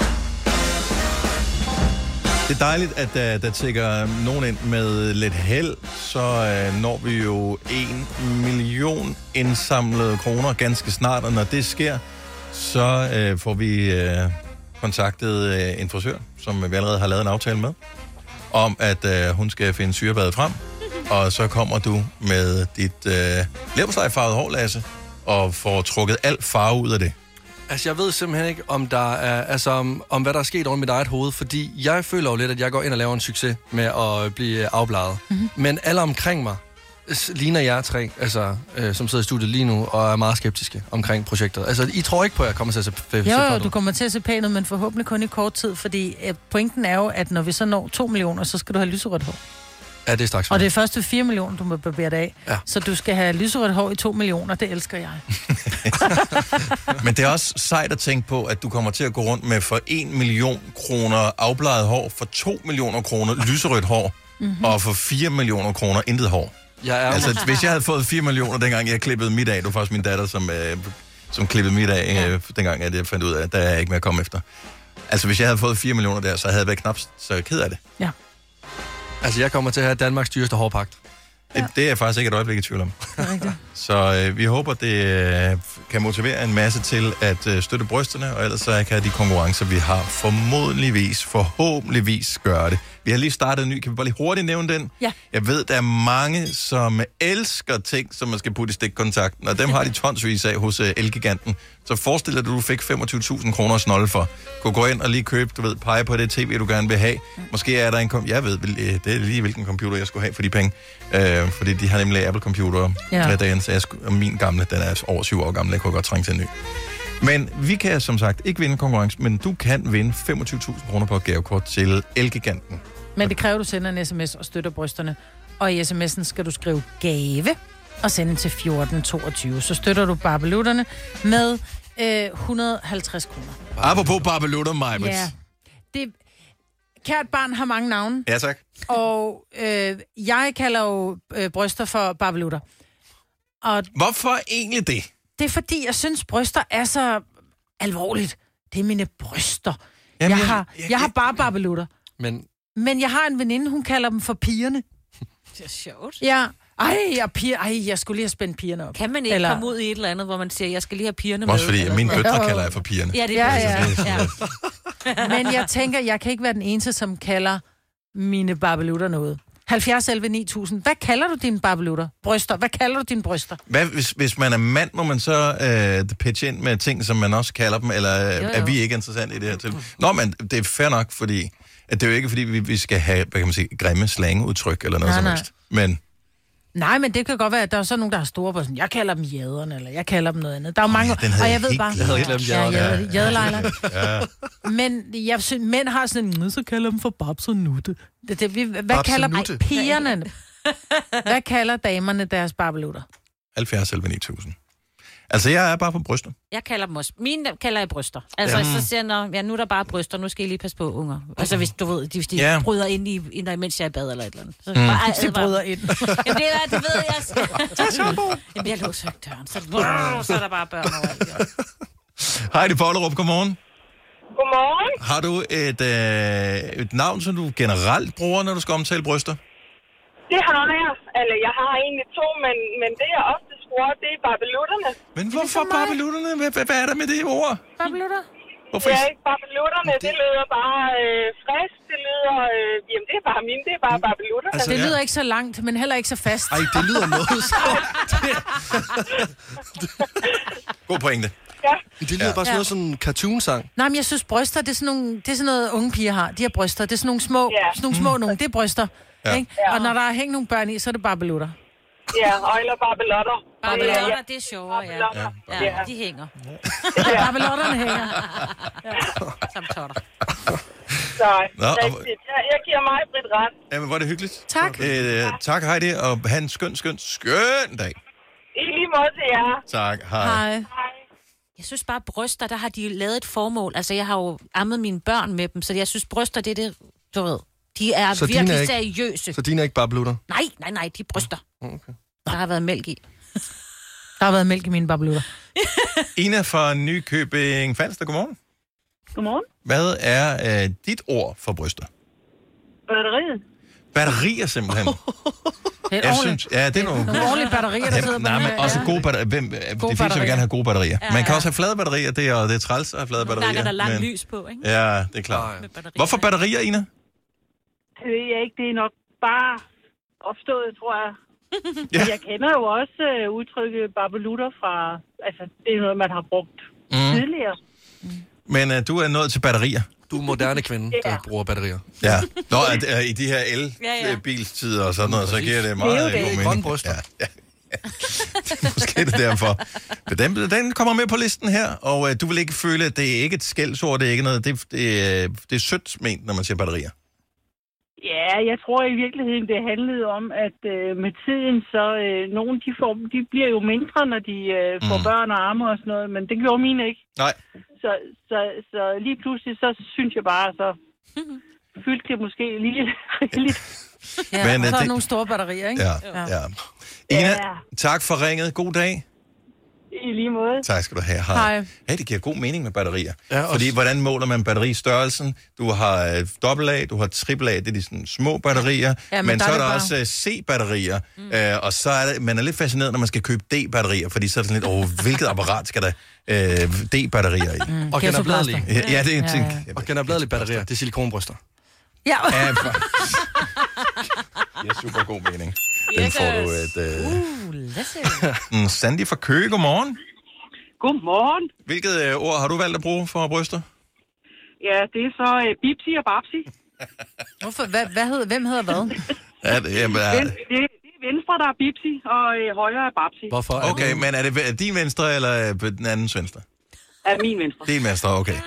Det er dejligt, at uh, der tækker nogen ind med lidt held, så uh, når vi jo en million indsamlede kroner ganske snart, og når det sker, så uh, får vi uh, kontaktet uh, en frisør, som vi allerede har lavet en aftale med, om at uh, hun skal finde syrebadet frem, og så kommer du med dit uh, leverpostejfarvede hår, Lasse, og får trukket al farve ud af det? Altså, jeg ved simpelthen ikke, om der er, altså, om, om hvad der er sket over mit eget hoved, fordi jeg føler jo lidt, at jeg går ind og laver en succes med at blive afbladet. Mm-hmm. Men alle omkring mig ligner jer tre, altså, øh, som sidder i studiet lige nu, og er meget skeptiske omkring projektet. Altså, I tror ikke på, at jeg kommer til at se pænt ud? Jo, jo, du kommer til at se pænt ud, men forhåbentlig kun i kort tid, fordi øh, pointen er jo, at når vi så når to millioner, så skal du have lyserødt hår. Ja, det er straks. Og det er først til fire millioner, du må barbere det af. Ja. Så du skal have lyserødt hår i to millioner, det elsker jeg. Men det er også sejt at tænke på, at du kommer til at gå rundt med for en million kroner afbladet hår, for to millioner kroner lyserødt hår, mm-hmm. og for fire millioner kroner intet hår. Jeg er altså, hvis jeg havde fået fire millioner, dengang jeg klippede mit af, det var faktisk min datter, som, øh, som klippede mit af, øh, dengang at jeg fandt ud af, at der er ikke mere at komme efter. Altså, hvis jeg havde fået fire millioner der, så havde jeg været knap så ked af det. Ja. Altså, jeg kommer til at have Danmarks dyreste hårpagt. Det, ja. det er jeg faktisk ikke et øjeblik i tvivl om. Så øh, vi håber, det øh, kan motivere en masse til at øh, støtte brysterne, og ellers så kan de konkurrencer, vi har, formodentligvis, forhåbentligvis gøre det. Vi har lige startet en ny, kan vi bare lige hurtigt nævne den? Ja. Jeg ved, der er mange, som elsker ting, som man skal putte i stikkontakten, og dem har de tonsvis af hos uh, Elgiganten. Så forestil dig, at du fik femogtyve tusind kroner snolde for. Kunne gå ind og lige købe, du ved, pege på det tv, du gerne vil have. Måske er der en kom- jeg ved, det er lige hvilken computer, jeg skulle have for de penge. Uh, fordi de har nemlig Apple-computere. Ja. Dagen, så jeg skulle, og min gamle, den er over syv år gammel, jeg kunne godt trænge til en ny. Men vi kan som sagt ikke vinde konkurrence, men du kan vinde femogtyve tusind kroner på et gavekort til Elgiganten. Men det kræver, at du sender en sms og støtter brysterne. Og i sms'en skal du skrive gave og sende til fjorten toogtyve. Så støtter du barbelutterne med øh, et hundrede og halvtreds kroner. Apropos barbelutter, Majbert. Ja. Det, kært barn har mange navne. Ja, tak. Og øh, jeg kalder jo øh, bryster for barbelutter. Og hvorfor egentlig det? Det er fordi, jeg synes, bryster er så alvorligt. Det er mine bryster. Jamen, jeg, har, jeg, jeg, jeg har bare barbelutter. Men... Men jeg har en veninde, hun kalder dem for pigerne. Det er sjovt. Ja. Ej, jeg, piger, ej, jeg skulle lige have spændt pigerne op. Kan man ikke eller... komme ud i et eller andet, hvor man siger, jeg skal lige have pigerne med? Også fordi, eller mine sådan. døtre kalder jeg for pigerne. Ja, det er ja, det. ja. Ja. Men jeg tænker, jeg kan ikke være den eneste, som kalder mine barbelutter noget. halvfjerds elleve ni tusind. Hvad kalder du dine barbelutter? Bryster. Hvad kalder du dine bryster? Hvad, hvis, hvis man er mand, må man så øh, pitche ind med ting, som man også kalder dem, eller jo, jo. Er vi ikke interessant i det her til? Nå, men det er fair nok, fordi at det er jo ikke, fordi vi, vi skal have, hvad kan man sige, grimme slangeudtryk eller noget nej, som helst. Men... Nej, men det kan godt være, at der er så nogen, der har store på sådan, jeg kalder dem jæderne, eller jeg kalder dem noget andet. Der er jo mange, ja, og jeg ved bare... Jeg havde glemt jæderne. Ja, jædelejler. Ja. Men jeg synes, mænd har sådan en, så kalder dem for babs og nutte. Det, det, vi, hvad babs kalder nutte. pigerne? Hvad kalder damerne deres barbelutter? halvfjerds elleve ni tusind. Altså, jeg er bare på bryster. Jeg kalder dem også. Mine kalder jeg bryster. Altså, Jamen. så siger jeg, ja, nu er der bare bryster, nu skal I lige passe på, unger. Altså, hvis du ved, hvis de ja. bryder ind, i, ind mens jeg er i bad eller et eller andet. Så mm. bare, Hvis de bryder ind. Jamen, det, er, det ved jeg. Jamen, jeg låser ikke døren, så, så er der bare børn overalt. Ja. Hej, det er Pollerup. Godmorgen. Godmorgen. Har du et, øh, et navn, som du generelt bruger, når du skal omtale bryster? Det har jeg. Eller jeg har egentlig to, men, men det jeg ofte bruger, det er barbelutterne. Men hvorfor barbelutterne? Hvad, hvad, hvad er der med det ord? Barbelutter? Hvorfor? Ja, barbelutterne, det, det lyder bare øh, frisk. Det lyder, øh, jamen det er bare mine, det er bare barbelutter. Altså, det lyder ja. ikke så langt, men heller ikke så fast. Ej, det lyder noget så. God pointe. Ja. Det lyder ja. bare sådan noget sådan en cartoon-sang. Nej, men jeg synes, bryster, det er sådan, nogle, det er sådan noget, unge piger har. De har bryster. Det er sådan nogle små, ja. sådan nogle små mm. nogle. Det er bryster. Ja. Ikke? Ja. Og når der er hængt nogle børn i, så er det barbelutter. Ja, og eller barbelotter. Barbelotter, ja. Det er sjovere, ja. Ja. Ja, ja. De hænger. Ja, barbelotterne hænger. Ja. Som totter. Nej, Nå, og... jeg, jeg giver mig Britt ret. Jamen, var det hyggeligt. Tak. Øh, tak, Heidi, og have en skøn, skøn, skøn dag. I lige måde til jer. Tak, hej. Hej. Jeg synes bare, bryster, der har de lavet et formål. Altså, jeg har jo ammet mine børn med dem, så jeg synes, bryster, det er det, du ved. De er så virkelig er ikke, seriøse. Så dine er ikke bare blutter? Nej, nej, nej, de er bryster. Okay. Der har været mælk i. Der har været mælk i mine barbelutter. Ina fra Nykøbing Falster, godmorgen. Godmorgen. Hvad er øh, dit ord for bryster? Batteriet. Batterier, simpelthen. Det er jeg synes, ja, det er nogle... Nogle ordentlige batterier, der sidder på. Nej, men også gode batterier. Hvem, gode de fleste vil gerne have gode batterier. Ja, Man kan ja. også have flade batterier, det er, det er træls at have flade batterier. Der er der langt men... lys på, ikke? Ja, det er klart. Med batterier. Hvorfor batterier, Ina? Det ved jeg ikke, det er nok bare opstået, tror jeg. Ja. Jeg kender jo også uh, udtrykket barbelutter fra... Altså, det er noget, man har brugt mm. tidligere. Men uh, du er nået til batterier. Du er moderne kvinde, der Ja. bruger batterier. Ja. Nå, at, uh, i de her elbilstider og sådan noget, så giver det meget Det er jo god det. mening. Grønne bryster. Ja, ja. Måske er det derfor. Men den, den kommer med på listen her, og uh, du vil ikke føle, at det er ikke et skældsord, det er ikke noget, det, det, uh, det er sødt ment, når man siger batterier. Ja, jeg tror i virkeligheden, det handlede om, at øh, med tiden, så øh, nogen, de, får, de bliver jo mindre, når de øh, får mm. børn og arme og sådan noget, men det gjorde mine ikke. Nej. Så, så, så lige pludselig, så synes jeg bare, så fyldte det måske lige rigeligt. Ja, Men, og så øh, er det- nogle store batterier, ikke? Ja, ja. Ina, Ja. tak for ringet. God dag. I lige måde. Tak skal du have. Hej. Hej. Hey, det giver god mening med batterier. Ja, Fordi også- hvordan måler man batteristørrelsen? Du har uh, dobbelt A, du har triple A, det er de sådan små batterier. Ja, men men der så er er der det også uh, C-batterier. Mm. Uh, og så er det, man er lidt fascineret, når man skal købe D-batterier, fordi så er det sådan lidt, åh, hvilket apparat skal der uh, D-batterier i? Mm. Og genopladelige. Ja, ja, det er en ting. Ja, ja. Og genopladelige batterier, det er silikonbryster. Ja. Ja, for... Det er super god mening. Den får du et... Uh... Uh, lad Mm, Sandy fra Køge, godmorgen. Godmorgen. Hvilket uh, ord har du valgt at bruge for bryster? Ja, det er så uh, Bipsi og Babsi. Hvorfor? Hvad, hvad hedder, hvem hedder hvad? Er det, jamen, er... Det, det, det er venstre, der er Bipsi, og uh, højre er Babsi. Hvorfor? Okay, men er det er din venstre, eller er det den andens venstre? Er min venstre. Din venstre, okay.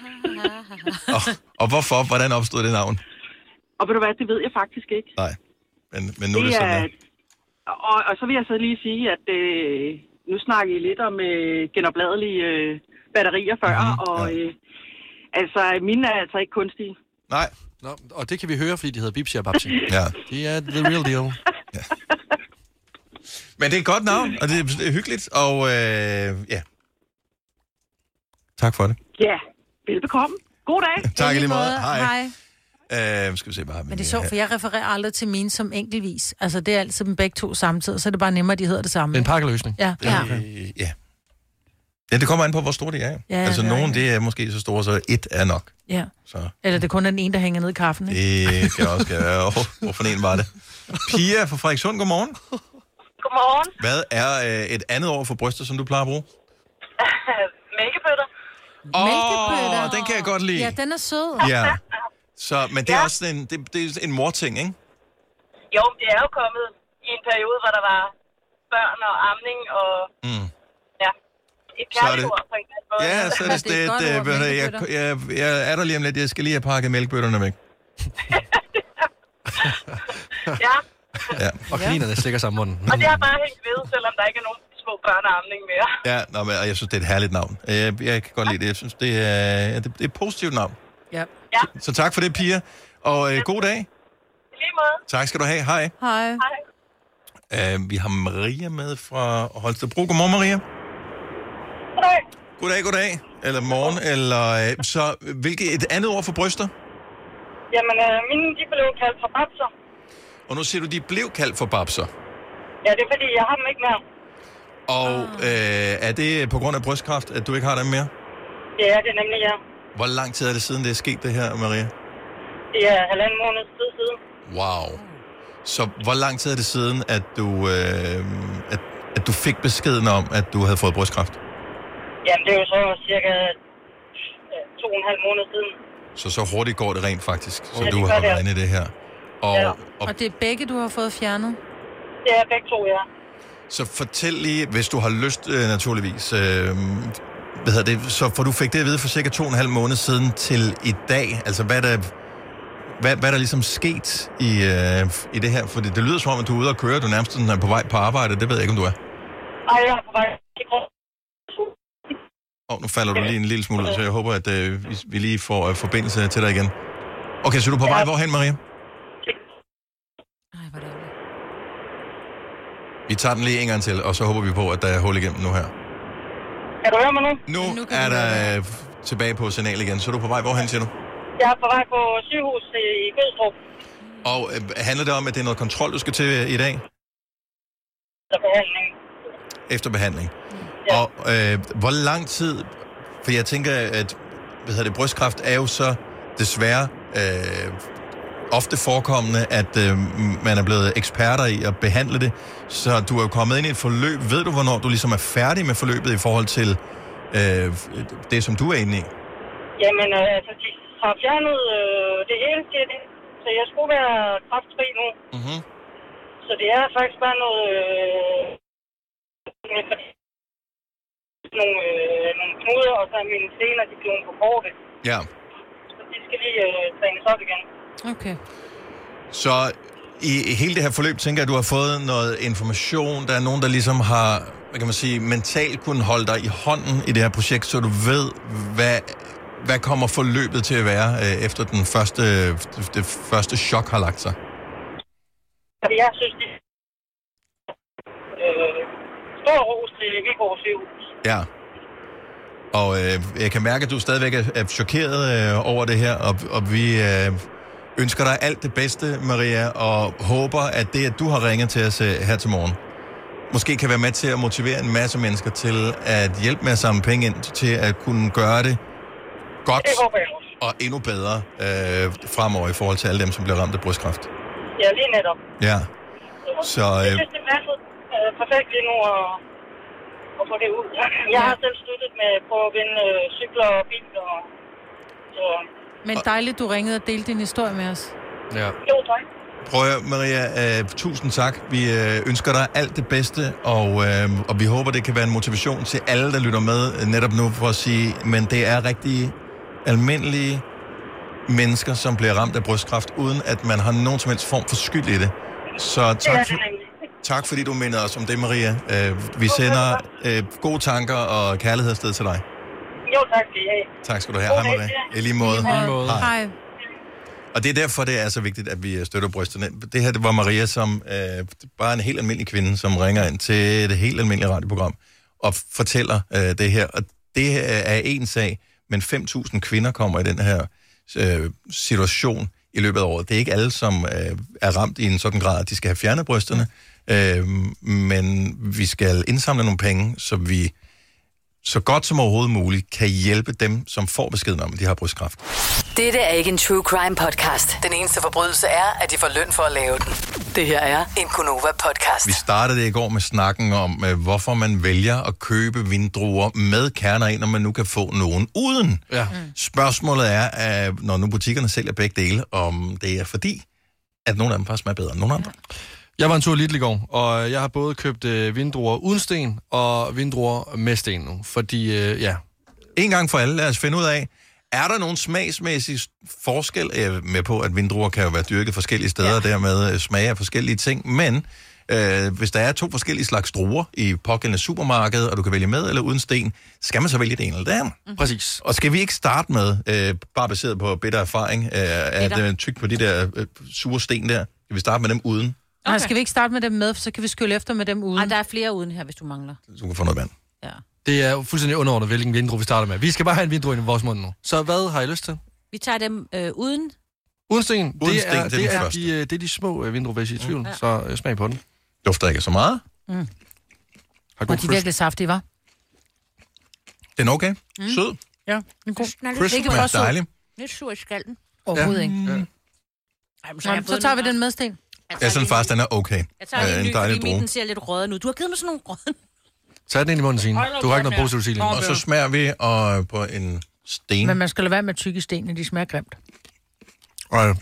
og, og hvorfor? Hvordan opstod det navn? Og ved du hvad, det ved jeg faktisk ikke. Nej, men, men nu er det Det sådan, er, der. og, og så vil jeg så lige sige, at øh, nu snakker I lidt om øh, genopladelige øh, batterier før, mm-hmm, og ja. øh, altså, mine er altså ikke kunstige. Nej. Nå, og det kan vi høre, fordi de hedder Bipsi og Babsi. Ja. Det er the real deal. Ja. Men det er et godt navn, og det er, det er hyggeligt, og øh, ja. Tak for det. Ja, velbekomme. God dag. Tak i lige måde. Hej. Hej. Øh, skal vi se, hvad har vi Men det er mere sjovt, her? for jeg refererer aldrig til mine som enkeltvis. Altså, det er altid dem begge to samtidig, så er det bare nemmere, at de hedder det samme. Det er en pakkeløsning. Ja. Ja. ja. Ja, det kommer an på, hvor store de er. Ja, altså, det er nogle, rigtigt. det er måske så store, så et er nok. Ja. Så Eller det kun er den ene, der hænger ned i kaffen, ikke? det kan også være. Oh, hvorfor en var det? Pia fra Frederikssund, godmorgen. Godmorgen. Hvad er øh, et andet ord for bryster, som du plejer at bruge? Mælkebøtter. Åh, Mælkebøtter. den kan jeg godt lide. Ja, den er sød. Ja. Så, men det er ja. også en, det, det er en morting, ikke? Jo, det er jo kommet i en periode, hvor der var børn og amning og Mm. ja, et Så er det- kærligt ord på en eller anden måde. Ja, så er det, det, det, det, det jeg, jeg, jeg er der lige om lidt. Jeg skal lige have pakket mælkebøtterne væk. Ja, Ja. Og kaninerne slikker sig om munden. og det har bare hængt ved, selvom der ikke er nogen små børn og amning mere. Ja, nå, men, og jeg synes, det er et herligt navn. Jeg, jeg kan godt lide det. Jeg synes, det er, ja, det, det er et positivt navn. Ja. Ja, Så tak for det, Pia. Og øh, god dag. i lige måde. Tak skal du have. Hej. Hej. Hej. Uh, vi har Maria med fra Holstebro. Godmorgen, Maria. Goddag. Goddag, goddag. Eller morgen. Eller, øh, så hvilket et andet ord for bryster? Jamen, øh, mine de blev kaldt for babser. Og nu siger du, de blev kaldt for babser. Ja, det er fordi, jeg har dem ikke mere. Og øh, er det på grund af brystkræft, at du ikke har dem mere? Ja, det er nemlig ja. Hvor lang tid er det siden, det er sket, det her, Maria? Det er halvanden måneds tid siden. Wow. Så hvor lang tid er det siden, at du, øh, at, at du fik beskeden om, at du havde fået brystkræft? Jamen, det er jo så cirka ja, to og en halv måned siden. Så så hurtigt går det rent faktisk, så Ja, det du gør har det. været inde i det her. Og, Ja. og Og det er begge, du har fået fjernet? Det er begge to, ja. så fortæl lige, hvis du har lyst, øh, naturligvis. Øh, hvad hedder det? Så for du fik det at vide for cirka to og en halv måned siden til i dag. Altså, hvad er der, hvad, hvad er der ligesom sket i, øh, i det her? For det, det lyder som om, at du er ude og køre. Du er nærmest sådan, er på vej på arbejde. Det ved jeg ikke, om du er. Ej, jeg er på vej til grund. Og nu falder du lige en lille smule ud, så jeg håber, at øh, vi, vi lige får øh, forbindelse til dig igen. Okay, så du er på vej hvorhen, Maria? Vi tager den lige en gang til, og så håber vi på, at der er hul igennem nu her. Kan du høre mig nu? Nu, nu er der øh, tilbage på signal igen. Så er du på vej hvorhen, siger du? Jeg er på vej på sygehus i Gødstrup. Og øh, handler det om, at det er noget kontrol, du skal til i dag? Efter behandling. Efter behandling. Ja. Og øh, hvor lang tid... For jeg tænker, at hvad hedder det, brystkræft er jo så desværre øh, ofte forekommende, at øh, man er blevet eksperter i at behandle det. Så du er jo kommet ind i et forløb. Ved du, hvornår du ligesom er færdig med forløbet i forhold til øh, det, som du er inde i? Jamen, øh, altså, de har fjernet øh, det hele til det. Så jeg skulle være kræftfri nu. Mm-hmm. Så det er faktisk bare noget... Øh, nogle, øh, nogle knuder, og så er mine sener, de blev på kortet. Ja. Så de skal lige øh, trænes op igen. Okay. Så i, i hele det her forløb, tænker jeg, at du har fået noget information. Der er nogen, der ligesom har, hvad kan man sige, mentalt kunne holde dig i hånden i det her projekt, så du ved, hvad, hvad kommer forløbet til at være, øh, efter den første, det, det første chok har lagt sig? Jeg synes, det øh, stor ros til Viborg sygehus. Ja. Og øh, jeg kan mærke, at du stadigvæk er, er chokeret øh, over det her, og, og vi øh, ønsker dig alt det bedste, Maria, og håber, at det, at du har ringet til os øh, her til morgen, måske kan være med til at motivere en masse mennesker til at hjælpe med at samle penge ind, til at kunne gøre det godt og endnu bedre øh, fremover i forhold til alle dem, som bliver ramt af brystkræft. Ja, lige netop. Ja. Så, øh, jeg synes, det er øh, perfekt lige nu at, at få det ud. Jeg har selv støttet med på at vinde øh, cykler og biler. Og, så. Men dejligt, du ringede og delte din historie med os. Ja. Jo, tak. Prøv at, Maria, øh, tusind tak. Vi øh, ønsker dig alt det bedste, og, øh, og vi håber, det kan være en motivation til alle, der lytter med øh, netop nu, for at sige, men det er rigtig almindelige mennesker, som bliver ramt af brystkræft, uden at man har nogen som helst form for skyld i det. Så tak, for, tak fordi du minder os om det, Maria. Uh, vi sender uh, gode tanker og kærlighed afsted til dig. Jo, tak skal I have. Tak skal du have. Hej, Maria. I lige måde. Hej. Hej. Og det er derfor, det er så vigtigt, at vi støtter brysterne. Det her, det var Maria, som uh, bare en helt almindelig kvinde, som ringer ind til et helt almindeligt radioprogram og fortæller uh, det her. Og det er en sag, men fem tusind kvinder kommer i den her øh, situation i løbet af året. Det er ikke alle, som øh, er ramt i en sådan grad, at de skal have fjernet brysterne, øh, men vi skal indsamle nogle penge, så vi så godt som overhovedet muligt kan hjælpe dem, som får beskeden om, at de har brystkræft. Dette er ikke en true crime podcast. Den eneste forbrydelse er, at de får løn for at lave den. Det her er en Gonova podcast. Vi startede det i går med snakken om, øh, hvorfor man vælger at købe vindruer med kerner i, når man nu kan få nogen uden. Ja. Mm. Spørgsmålet er, øh, når nu butikkerne sælger begge dele, om det er fordi, at nogle af dem faktisk er bedre end nogle andre. Jeg var en tur i Lidl i går, og jeg har både købt øh, vindruer uden sten og vindruer med sten nu, fordi, øh, ja. En gang for alle, lad os finde ud af, er der nogen smagsmæssig forskel? Jeg er med på, at vindruer kan jo være dyrket forskellige steder, ja. Og dermed smage af forskellige ting, men øh, hvis der er to forskellige slags druer i pågældende supermarked, og du kan vælge med eller uden sten, skal man så vælge det ene eller det andet? Mm. Præcis. Og skal vi ikke starte med, øh, bare baseret på bitter erfaring, øh, at øh, tyk på de der øh, sure sten der, skal vi starte med dem uden? Okay. Nej, skal vi ikke starte med dem med, for så kan vi skylle efter med dem uden. Ej, der er flere uden her, hvis du mangler. Så du kan få noget vand. Ja. Det er fuldstændig underordnet, hvilken vindrue vi starter med. Vi skal bare have en vindrue i vores mund nu. Så hvad har I lyst til? Vi tager dem øh, uden. Uden sten. Uden det sten, er, det er, det den er, første. de, det er de små vindruer, hvis I er i tvivl. Mm. Ja. Så øh, smag på den. Dufter ikke så meget. Mm. Har Og god de er virkelig saftige, var? Den er okay. Mm. Sød. Ja, den er god. Crisp er dejlig. Lidt sur i skallen. Overhovedet Ja. ikke. Ja. Ej, så, Nå, så tager vi den med, Sten. Jeg synes faktisk, den er okay. Jeg tager lige Øh, en en ny, dejlig fordi drue. min ser lidt rød nu. Du har givet mig sådan nogle røde. Tag den ind i munden, Signe. Du har ikke noget positivt at sige. Og så smager vi og på en sten. Men man skal lade være med tykke sten, når de smager grimt. Og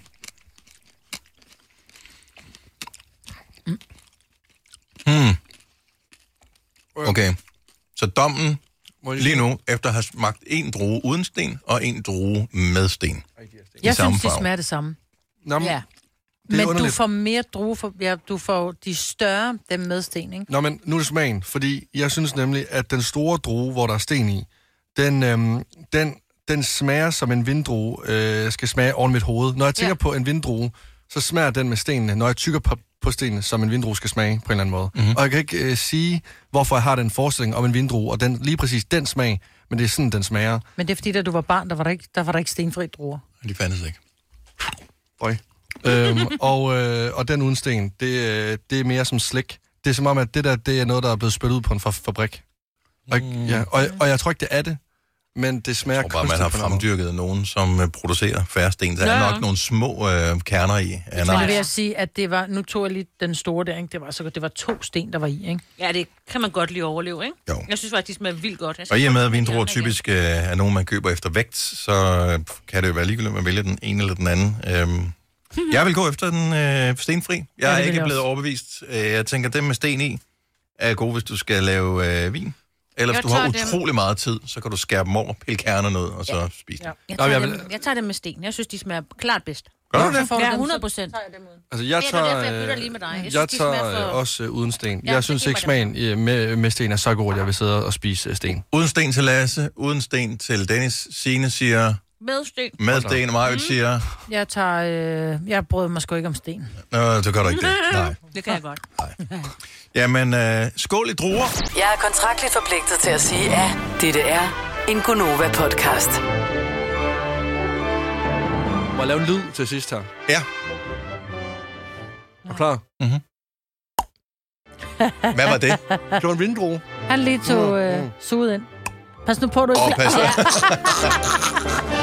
Mm. Hmm. Okay. Så dommen lige nu, efter at have smagt en drue uden sten og en drue med sten. Jeg synes, de smager det samme. Nå, men, Ja. det er Men du underligt. får mere druer, for, ja, du får de større, dem med sten, ikke? Nå, men nu er det smagen, fordi jeg synes nemlig, at den store drue, hvor der er sten i, den, øhm, den, den smager som en vinddrue øh, skal smage oven mit hoved. Når jeg tænker ja. på en vinddrue, så smager den med stenene, når jeg tykker på, på stenene, som en vinddrue skal smage på en eller anden måde. Mm-hmm. Og jeg kan ikke øh, sige, hvorfor jeg har den forestilling om en vinddrue, og den, lige præcis den smag, men det er sådan, den smager. Men det er fordi, da du var barn, der var der ikke, der var der ikke stenfri druer. De fandtes ikke. Bøj. øhm, og, øh, og den uden sten, det, øh, det er mere som slik. Det er som om, at det der, det er noget, der er blevet spyttet ud på en fa- fabrik. Og, mm. ja, og, og jeg tror ikke, det er det. Men det smager Jeg tror bare, man har fremdyrket nogen, som uh, producerer færre sten. Der ja. er nok nogle små uh, kerner i. Men det vil jeg sige, at det var... Nu tog jeg lige den store der, ikke? Det var, så, det var to sten, der var i, ikke? Ja, det kan man godt lige overleve, ikke? Jo. Jeg synes faktisk, de smager vildt godt. Og i og med, at vindruer typisk uh, er nogen, man køber efter vægt, så uh, kan det jo være ligegyldigt, at man vælger den ene eller den anden. Um, jeg vil gå efter den uh, stenfri. Jeg ja, er ikke blevet også. overbevist. Uh, jeg tænker, dem med sten i er gode, hvis du skal lave uh, vin. Eller hvis du har utrolig dem. meget tid, så kan du skære dem over, pille kernerne ud, og så ja. spise dem. Jeg tager, jeg, dem, jeg tager dem med sten. Jeg synes, de smager klart bedst. Gør du det? Ja, hundrede procent. Altså, jeg tager, det er derfor, jeg bytter lige med dig. Jeg, jeg synes, tager for... også uh, uden sten. Ja, jeg synes ikke, smagen med, med sten er så god, at jeg vil sidde og spise sten. Uden sten til Lasse, uden sten til Dennis. Signe siger... Med sten. Med sten, og Marvitt mm. siger... Jeg tager... Øh, jeg brød mig sgu ikke om sten. Nå, så gør du ikke det. Nej. Det kan jeg godt. Nej. Jamen, øh, skål i druer. Jeg er kontraktligt forpligtet til at sige, at dette er en Gonova-podcast. Må jeg lave en lyd til sidst her? Ja. Er du klar? Mhm. Hvad var det? Det var en vindrue. Han lige tog øh, suget ind. Pas nu på, du ikke... Åh, pas.